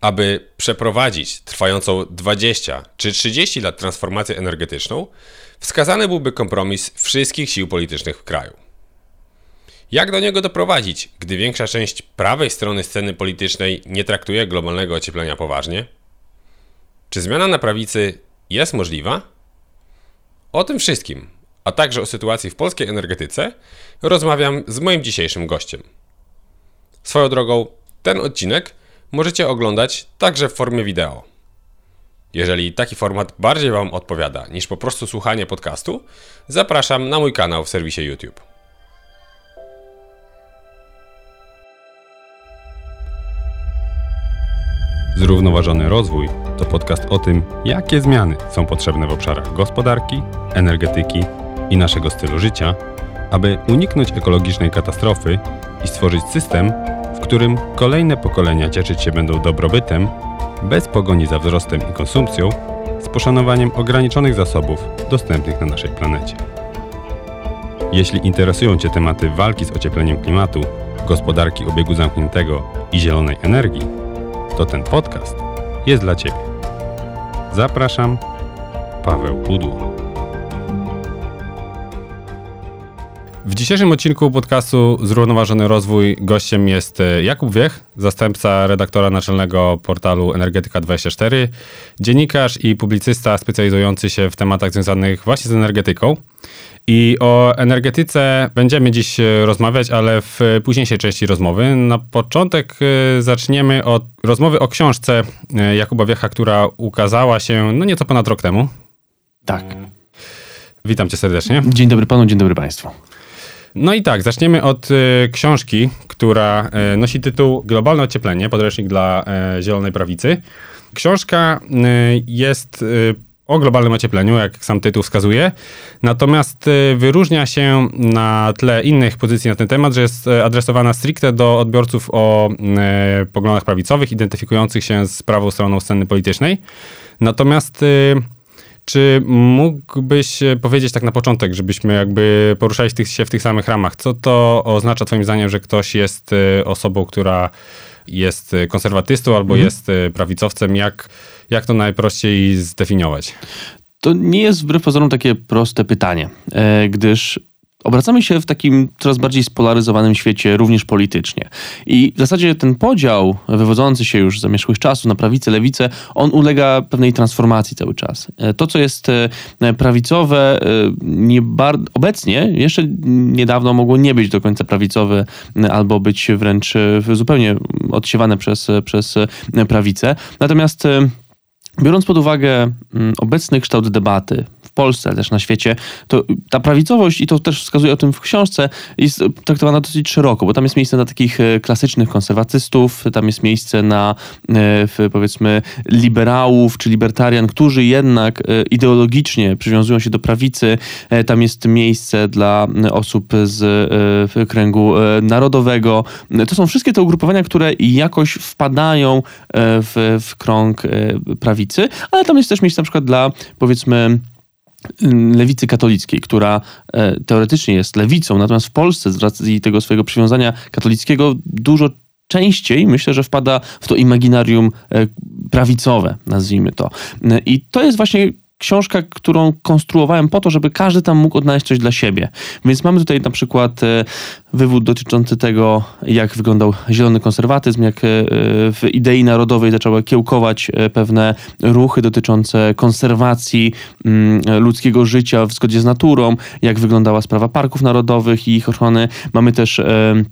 Aby przeprowadzić trwającą 20 czy 30 lat transformację energetyczną, wskazany byłby kompromis wszystkich sił politycznych w kraju. Jak do niego doprowadzić, gdy większa część prawej strony sceny politycznej nie traktuje globalnego ocieplenia poważnie? Czy zmiana na prawicy jest możliwa? O tym wszystkim, a także o sytuacji w polskiej energetyce rozmawiam z moim dzisiejszym gościem. Swoją drogą, ten odcinek możecie oglądać także w formie wideo. Jeżeli taki format bardziej Wam odpowiada niż po prostu słuchanie podcastu, zapraszam na mój kanał w serwisie YouTube. Zrównoważony rozwój to podcast o tym, jakie zmiany są potrzebne w obszarach gospodarki, energetyki i naszego stylu życia, aby uniknąć ekologicznej katastrofy i stworzyć system, w którym kolejne pokolenia cieszyć się będą dobrobytem, bez pogoni za wzrostem i konsumpcją, z poszanowaniem ograniczonych zasobów dostępnych na naszej planecie. Jeśli interesują Cię tematy walki z ociepleniem klimatu, gospodarki obiegu zamkniętego i zielonej energii, to ten podcast jest dla Ciebie. Zapraszam, Paweł Pudło. W dzisiejszym odcinku podcastu Zrównoważony Rozwój gościem jest Jakub Wiech, zastępca redaktora naczelnego portalu Energetyka24, dziennikarz i publicysta specjalizujący się w tematach związanych właśnie z energetyką. I o energetyce będziemy dziś rozmawiać, ale w późniejszej części rozmowy. Na początek zaczniemy od rozmowy o książce Jakuba Wiecha, która ukazała się nieco ponad rok temu. Tak. Witam Cię serdecznie. Dzień dobry panu, dzień dobry państwu. No i tak, zaczniemy od książki, która nosi tytuł Globalne ocieplenie, podręcznik dla zielonej prawicy. Książka jest o globalnym ociepleniu, jak sam tytuł wskazuje, natomiast wyróżnia się na tle innych pozycji na ten temat, że jest adresowana stricte do odbiorców o poglądach prawicowych, identyfikujących się z prawą stroną sceny politycznej. Natomiast czy mógłbyś powiedzieć tak na początek, żebyśmy jakby poruszali się w tych samych ramach? Co to oznacza twoim zdaniem, że ktoś jest osobą, która jest konserwatystą albo jest prawicowcem? Jak to najprościej zdefiniować? To nie jest wbrew pozorom takie proste pytanie, gdyż obracamy się w takim coraz bardziej spolaryzowanym świecie, również politycznie. I w zasadzie ten podział wywodzący się już z zamierzchłych czasów na prawicę, lewicę, on ulega pewnej transformacji cały czas. To, co jest prawicowe, obecnie, jeszcze niedawno mogło nie być do końca prawicowe, albo być wręcz zupełnie odsiewane przez prawicę. Natomiast biorąc pod uwagę obecny kształt debaty w Polsce, ale też na świecie, to ta prawicowość, i to też wskazuje o tym w książce, jest traktowana dosyć szeroko, bo tam jest miejsce na takich klasycznych konserwatystów, tam jest miejsce na powiedzmy liberałów czy libertarian, którzy jednak ideologicznie przywiązują się do prawicy. Tam jest miejsce dla osób z kręgu narodowego. To są wszystkie te ugrupowania, które jakoś wpadają w krąg prawicy, ale tam jest też miejsce na przykład dla, powiedzmy, lewicy katolickiej, która teoretycznie jest lewicą, natomiast w Polsce z racji tego swojego przywiązania katolickiego dużo częściej myślę, że wpada w to imaginarium prawicowe, nazwijmy to. I to jest właśnie książka, którą konstruowałem po to, żeby każdy tam mógł odnaleźć coś dla siebie. Więc mamy tutaj na przykład wywód dotyczący tego, jak wyglądał zielony konserwatyzm, jak w idei narodowej zaczęły kiełkować pewne ruchy dotyczące konserwacji ludzkiego życia w zgodzie z naturą, jak wyglądała sprawa parków narodowych i ich ochrony. Mamy też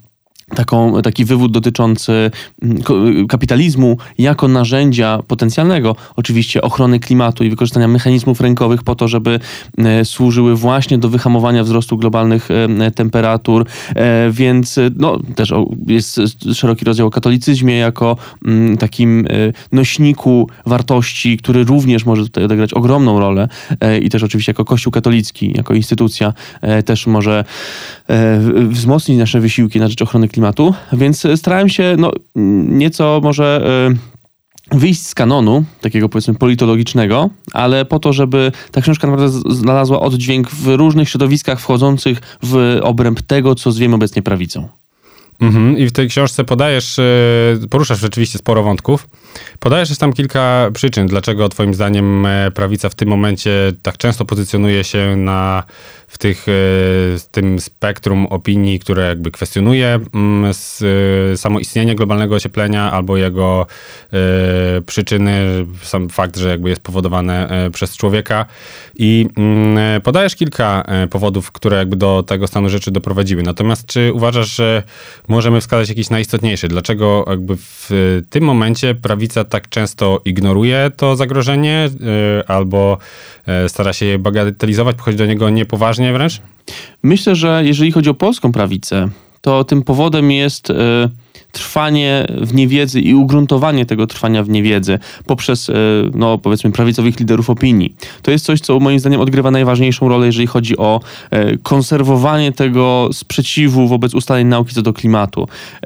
taki wywód dotyczący kapitalizmu jako narzędzia potencjalnego, oczywiście ochrony klimatu i wykorzystania mechanizmów rynkowych po to, żeby służyły właśnie do wyhamowania wzrostu globalnych temperatur, więc też jest szeroki rozdział o katolicyzmie jako takim nośniku wartości, który również może tutaj odegrać ogromną rolę i też oczywiście jako Kościół katolicki, jako instytucja też może wzmocnić nasze wysiłki na rzecz ochrony klimatu, więc starałem się nieco może wyjść z kanonu, takiego powiedzmy politologicznego, ale po to, żeby ta książka naprawdę znalazła oddźwięk w różnych środowiskach wchodzących w obręb tego, co zwiemy obecnie prawicą. I w tej książce poruszasz rzeczywiście sporo wątków. Podajesz też tam kilka przyczyn, dlaczego twoim zdaniem prawica w tym momencie tak często pozycjonuje się w tym spektrum opinii, które jakby kwestionuje samo istnienie globalnego ocieplenia albo jego przyczyny, sam fakt, że jakby jest powodowane przez człowieka. I podajesz kilka powodów, które jakby do tego stanu rzeczy doprowadziły. Natomiast czy uważasz, że możemy wskazać jakiś najistotniejszy? Dlaczego jakby w tym momencie prawica tak często ignoruje to zagrożenie albo stara się je bagatelizować, podchodzi do niego niepoważnie wręcz? Myślę, że jeżeli chodzi o polską prawicę, to tym powodem jest trwanie w niewiedzy i ugruntowanie tego trwania w niewiedzy poprzez, powiedzmy, prawicowych liderów opinii. To jest coś, co moim zdaniem odgrywa najważniejszą rolę, jeżeli chodzi o konserwowanie tego sprzeciwu wobec ustaleń nauki co do klimatu.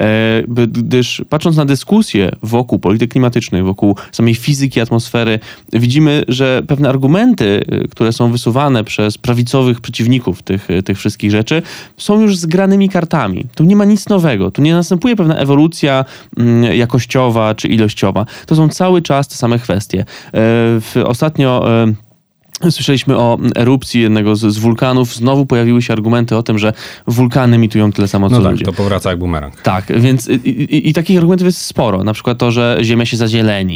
Gdyż patrząc na dyskusję wokół polityki klimatycznej, wokół samej fizyki atmosfery, widzimy, że pewne argumenty, które są wysuwane przez prawicowych przeciwników tych wszystkich rzeczy, są już zgranymi kartami. Tu nie ma nic nowego. Tu nie następuje pewna ewolucja jakościowa czy ilościowa. To są cały czas te same kwestie. Ostatnio słyszeliśmy o erupcji jednego z wulkanów. Znowu pojawiły się argumenty o tym, że wulkany emitują tyle samo, co ludzie. To powraca jak bumerang. Tak, więc i takich argumentów jest sporo. Na przykład to, że Ziemia się zazieleni,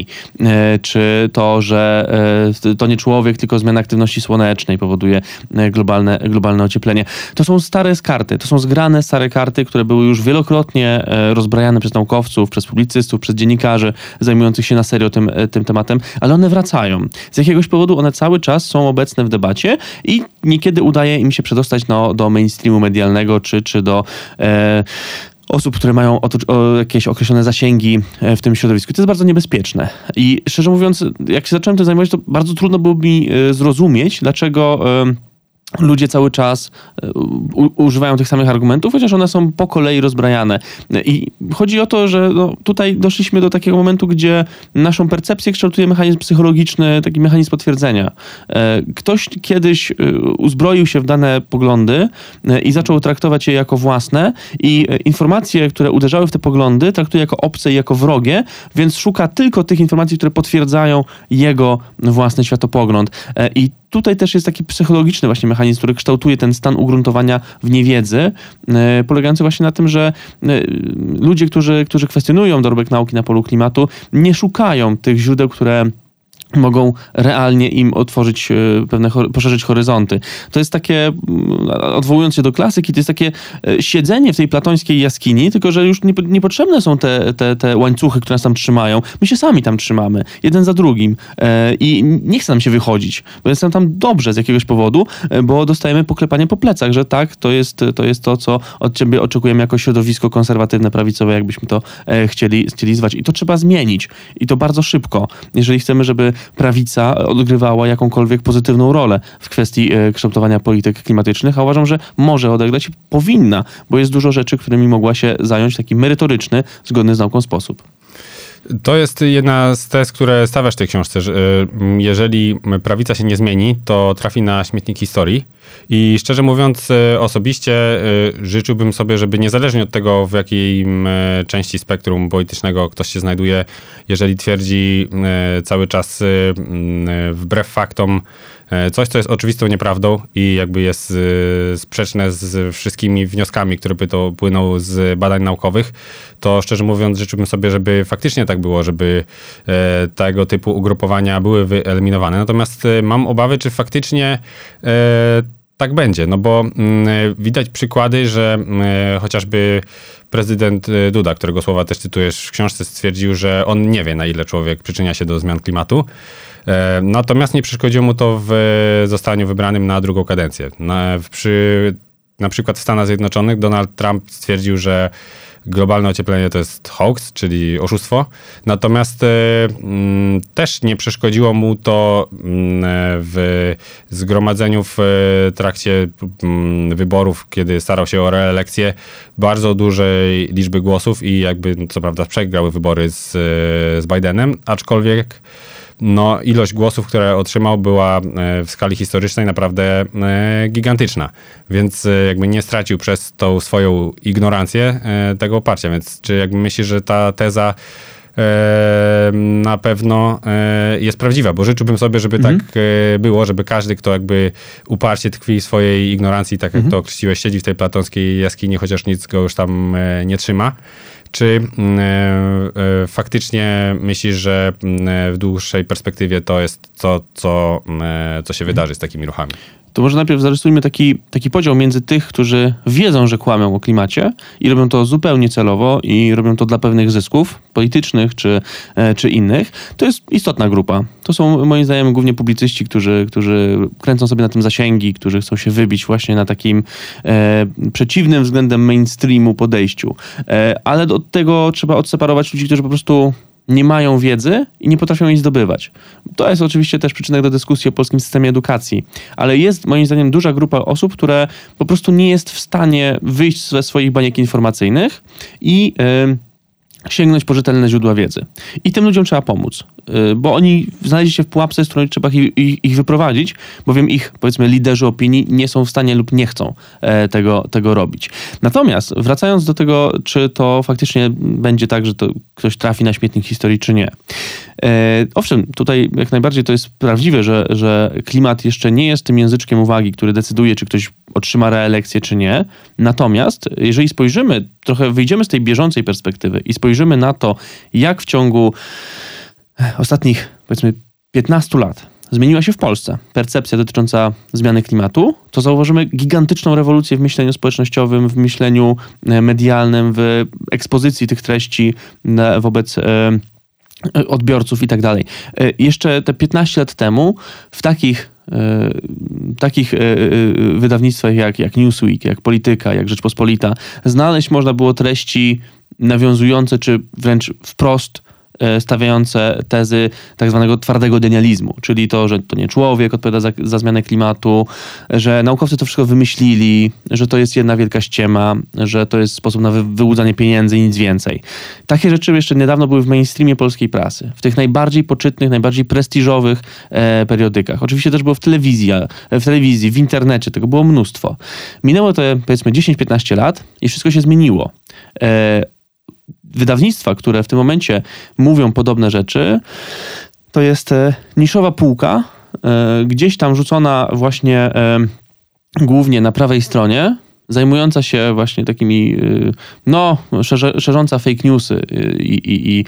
czy to, że to nie człowiek, tylko zmiana aktywności słonecznej powoduje globalne ocieplenie. To są stare karty, to są zgrane stare karty, które były już wielokrotnie rozbrajane przez naukowców, przez publicystów, przez dziennikarzy zajmujących się na serio tym tematem, ale one wracają. Z jakiegoś powodu one cały czas są obecne w debacie i niekiedy udaje im się przedostać do mainstreamu medialnego, czy do osób, które mają jakieś określone zasięgi w tym środowisku. To jest bardzo niebezpieczne. I szczerze mówiąc, jak się zacząłem tym zajmować, to bardzo trudno było mi zrozumieć, dlaczego ludzie cały czas używają tych samych argumentów, chociaż one są po kolei rozbrajane. I chodzi o to, że tutaj doszliśmy do takiego momentu, gdzie naszą percepcję kształtuje mechanizm psychologiczny, taki mechanizm potwierdzenia. Ktoś kiedyś uzbroił się w dane poglądy i zaczął traktować je jako własne i informacje, które uderzały w te poglądy, traktuje jako obce i jako wrogie, więc szuka tylko tych informacji, które potwierdzają jego własny światopogląd. I tutaj też jest taki psychologiczny właśnie mechanizm, który kształtuje ten stan ugruntowania w niewiedzy, polegający właśnie na tym, że ludzie, którzy kwestionują dorobek nauki na polu klimatu, nie szukają tych źródeł, które mogą realnie im otworzyć poszerzyć horyzonty. To jest takie, odwołując się do klasyki, to jest takie siedzenie w tej platońskiej jaskini, tylko że już niepotrzebne są te łańcuchy, które nas tam trzymają. My się sami tam trzymamy, jeden za drugim i nie chce nam się wychodzić, bo jest nam tam dobrze z jakiegoś powodu, bo dostajemy poklepanie po plecach, że tak, to jest to, co od ciebie oczekujemy jako środowisko konserwatywne, prawicowe, jakbyśmy to chcieli zwać. I to trzeba zmienić. I to bardzo szybko, jeżeli chcemy, żeby prawica odgrywała jakąkolwiek pozytywną rolę w kwestii kształtowania polityk klimatycznych, a uważam, że może odegrać i powinna, bo jest dużo rzeczy, którymi mogła się zająć w taki merytoryczny, zgodny z nauką sposób. To jest jedna z tez, które stawiasz w tej książce, że jeżeli prawica się nie zmieni, to trafi na śmietnik historii. I szczerze mówiąc, osobiście życzyłbym sobie, żeby niezależnie od tego, w jakiej części spektrum politycznego ktoś się znajduje, jeżeli twierdzi cały czas wbrew faktom coś, co jest oczywistą nieprawdą i jakby jest sprzeczne z wszystkimi wnioskami, które by to płyną z badań naukowych, to szczerze mówiąc życzyłbym sobie, żeby faktycznie tak było, żeby tego typu ugrupowania były wyeliminowane. Natomiast mam obawy, czy faktycznie tak będzie, no bo widać przykłady, że chociażby prezydent Duda, którego słowa też cytujesz w książce, stwierdził, że on nie wie, na ile człowiek przyczynia się do zmian klimatu. Natomiast nie przeszkodziło mu to w zostaniu wybranym na drugą kadencję. Na przykład w Stanach Zjednoczonych Donald Trump stwierdził, że globalne ocieplenie to jest hoax, czyli oszustwo. Natomiast też nie przeszkodziło mu to w zgromadzeniu w trakcie wyborów, kiedy starał się o reelekcję, bardzo dużej liczby głosów i jakby co prawda przegrały wybory z Bidenem, aczkolwiek no, ilość głosów, które otrzymał, była w skali historycznej naprawdę gigantyczna. Więc jakby nie stracił przez tą swoją ignorancję tego poparcia. Więc czy jakby myślisz, że ta teza na pewno jest prawdziwa, bo życzyłbym sobie, żeby tak było, żeby każdy, kto jakby uparcie tkwi w swojej ignorancji, tak jak to określiłeś, siedzi w tej platońskiej jaskini, chociaż nic go już tam nie trzyma. Czy faktycznie myślisz, że w dłuższej perspektywie to jest to, co się wydarzy z takimi ruchami? To może najpierw zarysujmy taki podział między tych, którzy wiedzą, że kłamią o klimacie i robią to zupełnie celowo i robią to dla pewnych zysków politycznych czy innych. To jest istotna grupa. To są moim zdaniem głównie publicyści, którzy kręcą sobie na tym zasięgi, którzy chcą się wybić właśnie na takim przeciwnym względem mainstreamu podejściu. Ale od tego trzeba odseparować ludzi, którzy po prostu nie mają wiedzy i nie potrafią jej zdobywać. To jest oczywiście też przyczynek do dyskusji o polskim systemie edukacji, ale jest moim zdaniem duża grupa osób, które po prostu nie jest w stanie wyjść ze swoich baniek informacyjnych i sięgnąć po rzetelne źródła wiedzy. I tym ludziom trzeba pomóc, bo oni znaleźli się w pułapce, z której trzeba ich wyprowadzić, bowiem ich, powiedzmy, liderzy opinii nie są w stanie lub nie chcą tego robić. Natomiast wracając do tego, czy to faktycznie będzie tak, że to ktoś trafi na śmietnik historii, czy nie. Owszem, tutaj jak najbardziej to jest prawdziwe, że klimat jeszcze nie jest tym języczkiem uwagi, który decyduje, czy ktoś otrzyma reelekcję, czy nie. Natomiast jeżeli spojrzymy, trochę wyjdziemy z tej bieżącej perspektywy i spojrzymy na to, jak w ciągu ostatnich, powiedzmy, 15 lat zmieniła się w Polsce percepcja dotycząca zmiany klimatu, to zauważymy gigantyczną rewolucję w myśleniu społecznościowym, w myśleniu medialnym, w ekspozycji tych treści wobec odbiorców i tak dalej. Jeszcze te 15 lat temu w takich wydawnictwach jak Newsweek, jak Polityka, jak Rzeczpospolita znaleźć można było treści nawiązujące, czy wręcz wprost stawiające tezy tak zwanego twardego denializmu, czyli to, że to nie człowiek odpowiada za zmianę klimatu, że naukowcy to wszystko wymyślili, że to jest jedna wielka ściema, że to jest sposób na wyłudzanie pieniędzy i nic więcej. Takie rzeczy jeszcze niedawno były w mainstreamie polskiej prasy, w tych najbardziej poczytnych, najbardziej prestiżowych periodykach. Oczywiście też było w telewizji, w internecie, tego było mnóstwo. Minęło to, powiedzmy, 10-15 lat i wszystko się zmieniło. Wydawnictwa, które w tym momencie mówią podobne rzeczy, to jest niszowa półka, gdzieś tam rzucona właśnie głównie na prawej stronie, zajmująca się właśnie takimi, szerząca fake newsy i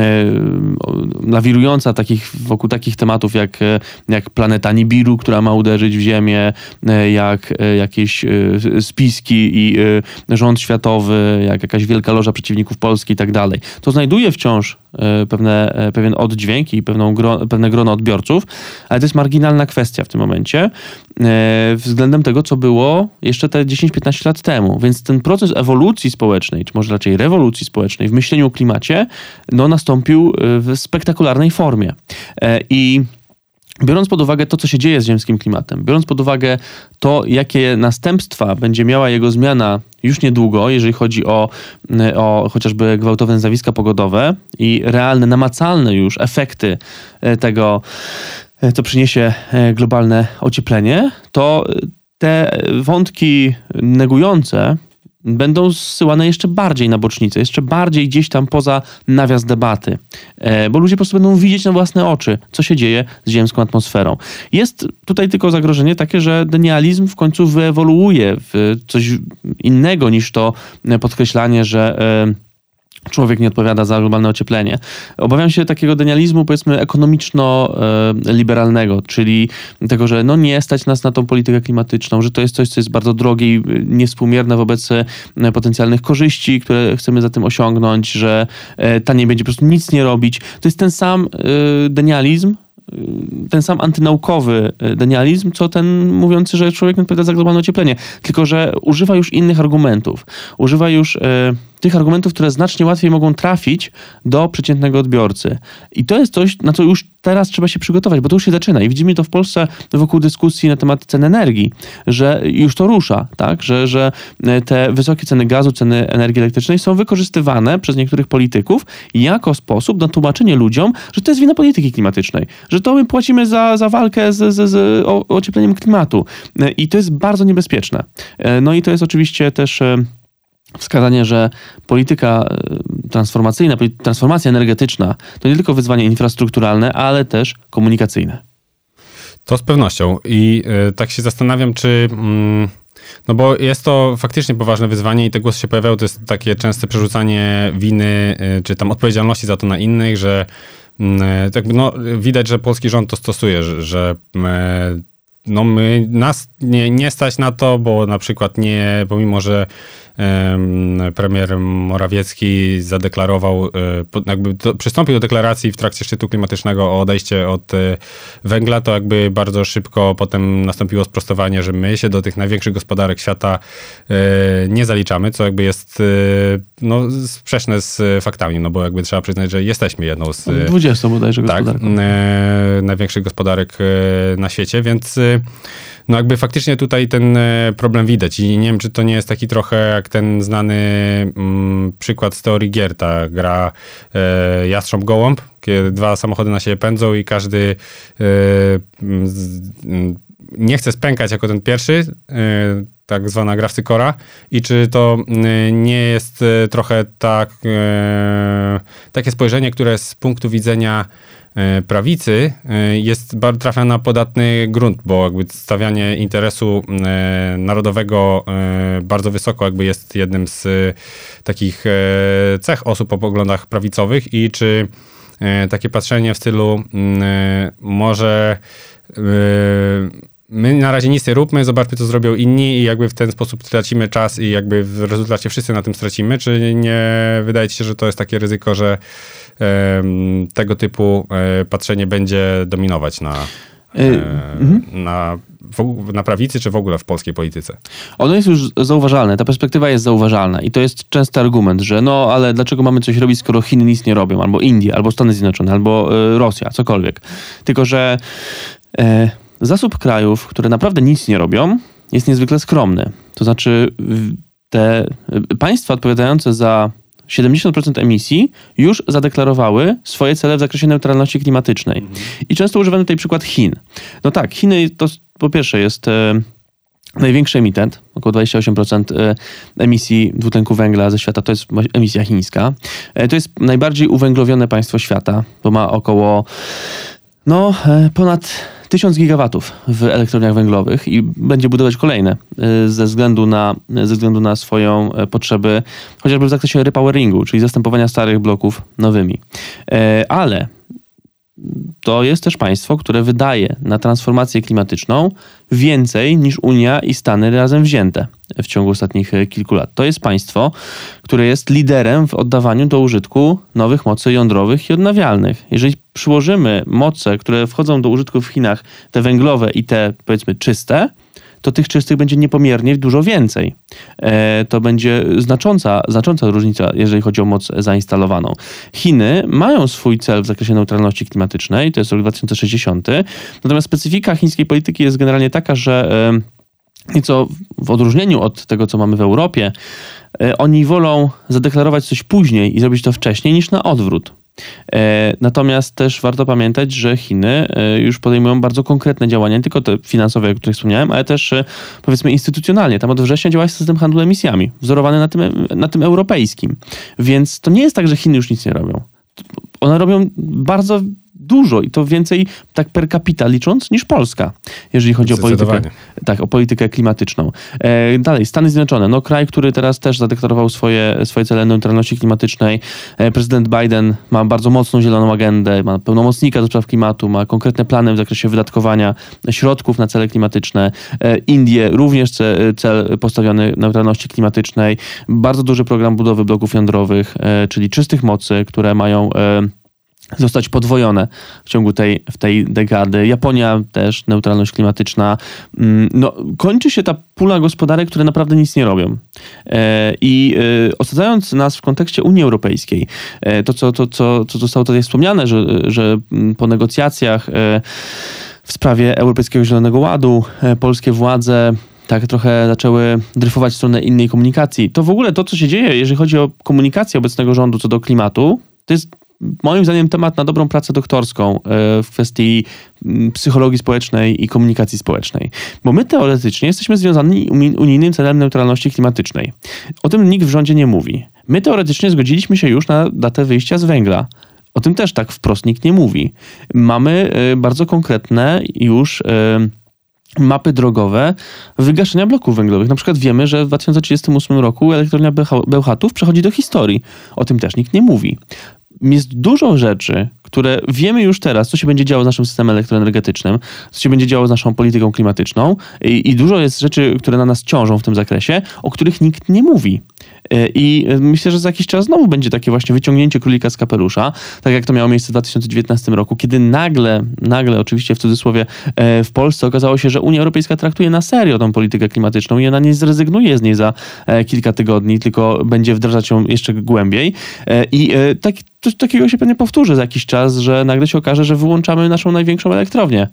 lawirująca wokół takich tematów jak planeta Nibiru, która ma uderzyć w Ziemię, jak jakieś spiski i rząd światowy, jak jakaś wielka loża przeciwników Polski i tak dalej. To znajduje wciąż pewien oddźwięk i pewne grono odbiorców, ale to jest marginalna kwestia w tym momencie względem tego, co było jeszcze te 10-15 lat temu. Więc ten proces ewolucji społecznej, czy może raczej rewolucji społecznej w myśleniu o klimacie, nastąpił w spektakularnej formie. I biorąc pod uwagę to, co się dzieje z ziemskim klimatem, biorąc pod uwagę to, jakie następstwa będzie miała jego zmiana już niedługo, jeżeli chodzi o chociażby gwałtowne zjawiska pogodowe i realne, namacalne już efekty tego, co przyniesie globalne ocieplenie, to te wątki negujące będą zsyłane jeszcze bardziej na bocznicę, jeszcze bardziej gdzieś tam poza nawias debaty, bo ludzie po prostu będą widzieć na własne oczy, co się dzieje z ziemską atmosferą. Jest tutaj tylko zagrożenie takie, że denializm w końcu wyewoluuje w coś innego niż to podkreślanie, że człowiek nie odpowiada za globalne ocieplenie. Obawiam się takiego denializmu, powiedzmy, ekonomiczno-liberalnego, czyli tego, że nie stać nas na tą politykę klimatyczną, że to jest coś, co jest bardzo drogie i niewspółmierne wobec potencjalnych korzyści, które chcemy za tym osiągnąć, że taniej będzie po prostu nic nie robić. To jest ten sam denializm, ten sam antynaukowy denializm, co ten mówiący, że człowiek nie odpowiada za globalne ocieplenie. Tylko że używa już innych argumentów. Używa już tych argumentów, które znacznie łatwiej mogą trafić do przeciętnego odbiorcy. I to jest coś, na co już teraz trzeba się przygotować, bo to już się zaczyna. I widzimy to w Polsce wokół dyskusji na temat cen energii, że już to rusza, tak? Że te wysokie ceny gazu, ceny energii elektrycznej są wykorzystywane przez niektórych polityków jako sposób na tłumaczenie ludziom, że to jest wina polityki klimatycznej, że to my płacimy za walkę z ociepleniem klimatu. I to jest bardzo niebezpieczne. No i to jest oczywiście też wskazanie, że polityka transformacyjna, transformacja energetyczna to nie tylko wyzwanie infrastrukturalne, ale też komunikacyjne. To z pewnością. I tak się zastanawiam, czy... No bo jest to faktycznie poważne wyzwanie i te głosy się pojawiają, to jest takie częste przerzucanie winy, czy tam odpowiedzialności za to na innych, że tak, no, widać, że polski rząd to stosuje, że no nas nie stać na to, bo na przykład pomimo, że premier Morawiecki zadeklarował, przystąpił do deklaracji w trakcie szczytu klimatycznego o odejście od węgla, to jakby bardzo szybko potem nastąpiło sprostowanie, że my się do tych największych gospodarek świata nie zaliczamy, co jakby jest no, sprzeczne z faktami, no bo jakby trzeba przyznać, że jesteśmy jedną z 20 bodajże gospodarek. Tak, największych gospodarek na świecie, więc no jakby faktycznie tutaj ten problem widać i nie wiem, czy to nie jest taki trochę jak ten znany przykład z teorii gier, ta gra Jastrząb-Gołąb, kiedy dwa samochody na siebie pędzą i każdy nie chce spękać jako ten pierwszy, tak zwana gra w cykora i czy to nie jest trochę takie spojrzenie, które z punktu widzenia prawicy trafia na podatny grunt, bo jakby stawianie interesu narodowego bardzo wysoko jakby jest jednym z takich cech osób o poglądach prawicowych i czy takie patrzenie w stylu może my na razie nic nie róbmy, zobaczmy, co zrobią inni i jakby w ten sposób tracimy czas i jakby w rezultacie wszyscy na tym stracimy, czy nie wydaje ci się, że to jest takie ryzyko, że tego typu patrzenie będzie dominować na prawicy, czy w ogóle w polskiej polityce? Ono jest już zauważalne, ta perspektywa jest zauważalna i to jest częsty argument, że no ale dlaczego mamy coś robić, skoro Chiny nic nie robią, albo Indie, albo Stany Zjednoczone, albo Rosja, cokolwiek. Tylko że zasób krajów, które naprawdę nic nie robią, jest niezwykle skromny. To znaczy te państwa odpowiadające za 70% emisji już zadeklarowały swoje cele w zakresie neutralności klimatycznej. I często używamy tutaj przykład Chin. No tak, Chiny to po pierwsze jest największy emitent, około 28% emisji dwutlenku węgla ze świata to jest emisja chińska. To jest najbardziej uwęglowione państwo świata, bo ma około ponad 1000 gigawatów w elektrowniach węglowych i będzie budować kolejne ze względu na swoją potrzeby, chociażby w zakresie repoweringu, czyli zastępowania starych bloków nowymi. Ale to jest też państwo, które wydaje na transformację klimatyczną więcej niż Unia i Stany razem wzięte w ciągu ostatnich kilku lat. To jest państwo, które jest liderem w oddawaniu do użytku nowych mocy jądrowych i odnawialnych. Jeżeli przyłożymy moce, które wchodzą do użytku w Chinach, te węglowe i te, powiedzmy, czyste, to tych czystych będzie niepomiernie dużo więcej. To będzie znacząca różnica, jeżeli chodzi o moc zainstalowaną. Chiny mają swój cel w zakresie neutralności klimatycznej, to jest rok 2060, natomiast specyfika chińskiej polityki jest generalnie taka, że nieco w odróżnieniu od tego, co mamy w Europie, oni wolą zadeklarować coś później i zrobić to wcześniej niż na odwrót. Natomiast też warto pamiętać, że Chiny już podejmują bardzo konkretne działania, nie tylko te finansowe, o których wspomniałem, ale też powiedzmy instytucjonalnie. Tam od września działa system handlu emisjami, wzorowany na tym europejskim. Więc to nie jest tak, że Chiny już nic nie robią. One robią bardzo dużo i to więcej tak per capita licząc niż Polska, jeżeli chodzi o politykę klimatyczną. Dalej, Stany Zjednoczone, kraj, który teraz też zadeklarował swoje cele neutralności klimatycznej. Prezydent Biden ma bardzo mocną zieloną agendę, ma pełnomocnika do spraw klimatu, ma konkretne plany w zakresie wydatkowania środków na cele klimatyczne. Indie również cel postawiony neutralności klimatycznej. Bardzo duży program budowy bloków jądrowych, czyli czystych mocy, które mają zostać podwojone w ciągu tej dekady. Japonia też, neutralność klimatyczna. No, kończy się ta pula gospodarek, które naprawdę nic nie robią. I osadzając nas w kontekście Unii Europejskiej, co zostało tutaj wspomniane, że po negocjacjach w sprawie Europejskiego Zielonego Ładu polskie władze tak trochę zaczęły dryfować w stronę innej komunikacji. To w ogóle to, co się dzieje, jeżeli chodzi o komunikację obecnego rządu co do klimatu, to jest moim zdaniem temat na dobrą pracę doktorską w kwestii psychologii społecznej i komunikacji społecznej. Bo my teoretycznie jesteśmy związani unijnym celem neutralności klimatycznej. O tym nikt w rządzie nie mówi. My teoretycznie zgodziliśmy się już na datę wyjścia z węgla. O tym też tak wprost nikt nie mówi. Mamy bardzo konkretne już mapy drogowe wygaszenia bloków węglowych. Na przykład wiemy, że w 2038 roku elektrownia Bełchatów przechodzi do historii. O tym też nikt nie mówi. Jest dużo rzeczy, które wiemy już teraz, co się będzie działo z naszym systemem elektroenergetycznym, co się będzie działo z naszą polityką klimatyczną i dużo jest rzeczy, które na nas ciążą w tym zakresie, o których nikt nie mówi. I myślę, że za jakiś czas znowu będzie takie właśnie wyciągnięcie królika z kapelusza, tak jak to miało miejsce w 2019 roku, kiedy nagle, oczywiście w cudzysłowie, w Polsce okazało się, że Unia Europejska traktuje na serio tą politykę klimatyczną i ona nie zrezygnuje z niej za kilka tygodni, tylko będzie wdrażać ją jeszcze głębiej. I coś takiego się pewnie powtórzy za jakiś czas, że nagle się okaże, że wyłączamy naszą największą elektrownię.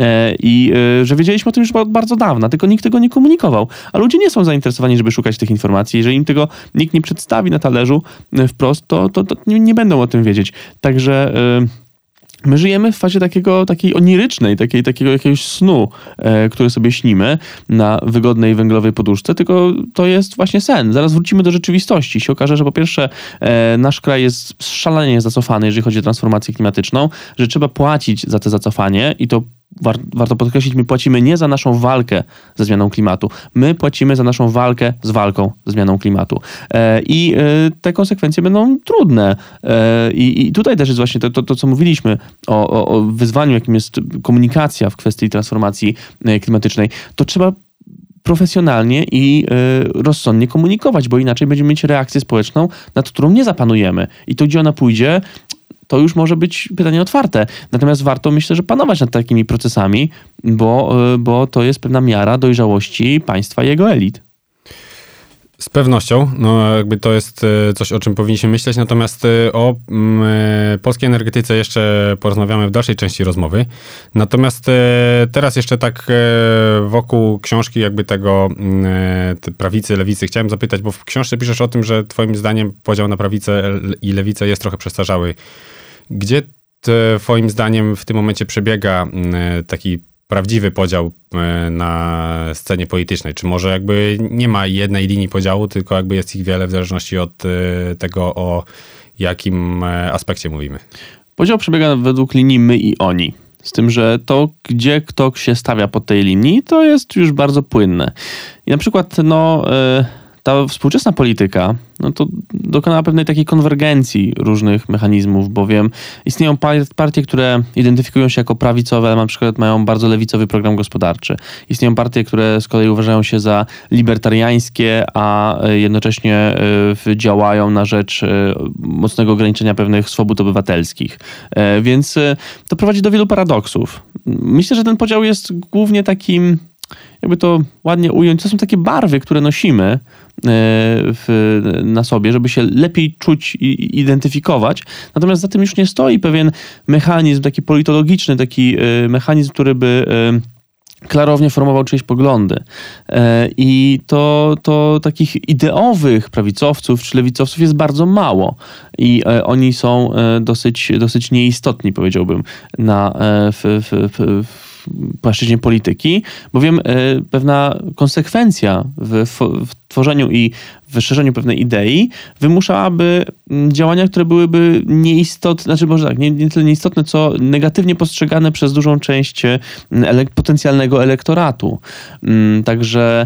I że wiedzieliśmy o tym już od bardzo dawna, tylko nikt tego nie komunikował. A ludzie nie są zainteresowani, żeby szukać tych informacji. Jeżeli im tego nikt nie przedstawi na talerzu wprost, to nie będą o tym wiedzieć. Także my żyjemy w fazie takiej onirycznej, takiego jakiegoś snu, który sobie śnimy na wygodnej węglowej poduszce, tylko to jest właśnie sen. Zaraz wrócimy do rzeczywistości. Się okaże, że po pierwsze nasz kraj jest szalenie zacofany, jeżeli chodzi o transformację klimatyczną, że trzeba płacić za to zacofanie i to warto podkreślić, my płacimy nie za naszą walkę ze zmianą klimatu. My płacimy za naszą walkę z walką ze zmianą klimatu. I te konsekwencje będą trudne. I tutaj też jest właśnie to co mówiliśmy o wyzwaniu, jakim jest komunikacja w kwestii transformacji klimatycznej. To trzeba profesjonalnie i rozsądnie komunikować, bo inaczej będziemy mieć reakcję społeczną, nad którą nie zapanujemy. I to, gdzie ona pójdzie, to już może być pytanie otwarte. Natomiast warto, myślę, że panować nad takimi procesami, bo to jest pewna miara dojrzałości państwa i jego elit. Z pewnością, no jakby to jest coś, o czym powinniśmy myśleć, natomiast o polskiej energetyce jeszcze porozmawiamy w dalszej części rozmowy. Natomiast teraz jeszcze tak wokół książki jakby tego prawicy, lewicy chciałem zapytać, bo w książce piszesz o tym, że twoim zdaniem podział na prawicę i lewicę jest trochę przestarzały. Gdzie twoim zdaniem w tym momencie przebiega taki prawdziwy podział na scenie politycznej? Czy może jakby nie ma jednej linii podziału, tylko jakby jest ich wiele w zależności od tego, o jakim aspekcie mówimy? Podział przebiega według linii my i oni. Z tym, że to, gdzie kto się stawia pod tej linii, to jest już bardzo płynne. I na przykład ta współczesna polityka to dokonała pewnej takiej konwergencji różnych mechanizmów, bowiem istnieją partie, które identyfikują się jako prawicowe, ale na przykład mają bardzo lewicowy program gospodarczy. Istnieją partie, które z kolei uważają się za libertariańskie, a jednocześnie działają na rzecz mocnego ograniczenia pewnych swobód obywatelskich. Więc to prowadzi do wielu paradoksów. Myślę, że ten podział jest głównie takim, jakby to ładnie ująć, to są takie barwy, które nosimy na sobie, żeby się lepiej czuć i identyfikować. Natomiast za tym już nie stoi pewien mechanizm taki politologiczny, taki mechanizm, który by klarownie formował czyjeś poglądy. I to takich ideowych prawicowców czy lewicowców jest bardzo mało. I oni są dosyć nieistotni, powiedziałbym, w płaszczyźnie polityki, bowiem pewna konsekwencja w tworzeniu i w szerzeniu pewnej idei wymuszałaby działania, które byłyby nieistotne, znaczy może tak, nie tyle nieistotne, co negatywnie postrzegane przez dużą część potencjalnego elektoratu. Także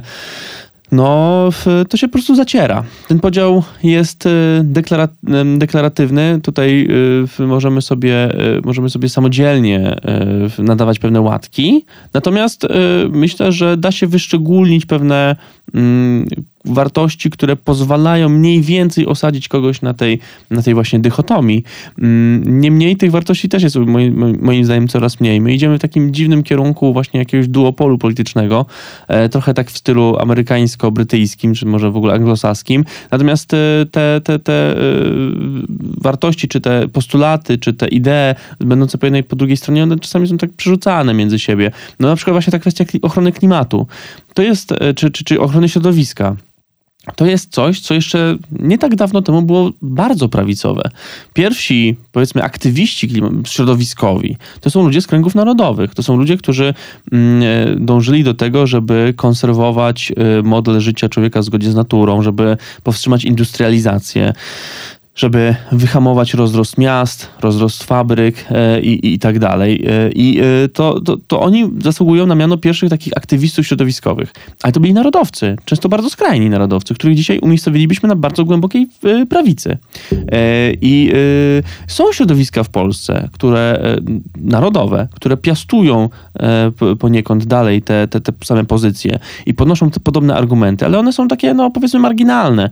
to się po prostu zaciera. Ten podział jest deklaratywny. Tutaj możemy sobie samodzielnie nadawać pewne łatki. Natomiast myślę, że da się wyszczególnić pewne wartości, które pozwalają mniej więcej osadzić kogoś na tej właśnie dychotomii. Niemniej tych wartości też jest moim zdaniem coraz mniej. My idziemy w takim dziwnym kierunku właśnie jakiegoś duopolu politycznego, trochę tak w stylu amerykańsko-brytyjskim, czy może w ogóle anglosaskim. Natomiast te wartości, czy te postulaty, czy te idee będące po jednej i po drugiej stronie, one czasami są tak przerzucane między siebie. No na przykład właśnie ta kwestia ochrony klimatu. To jest, czy ochrony środowiska. To jest coś, co jeszcze nie tak dawno temu było bardzo prawicowe. Pierwsi, powiedzmy, aktywiści środowiskowi to są ludzie z kręgów narodowych. To są ludzie, którzy dążyli do tego, żeby konserwować model życia człowieka w zgodzie z naturą, żeby powstrzymać industrializację, żeby wyhamować rozrost miast, rozrost fabryk i tak dalej. I to oni zasługują na miano pierwszych takich aktywistów środowiskowych. Ale to byli narodowcy, często bardzo skrajni narodowcy, których dzisiaj umiejscowiliśmy na bardzo głębokiej prawicy. I są środowiska w Polsce, narodowe, które piastują poniekąd dalej te same pozycje i podnoszą te podobne argumenty, ale one są takie, no powiedzmy, marginalne.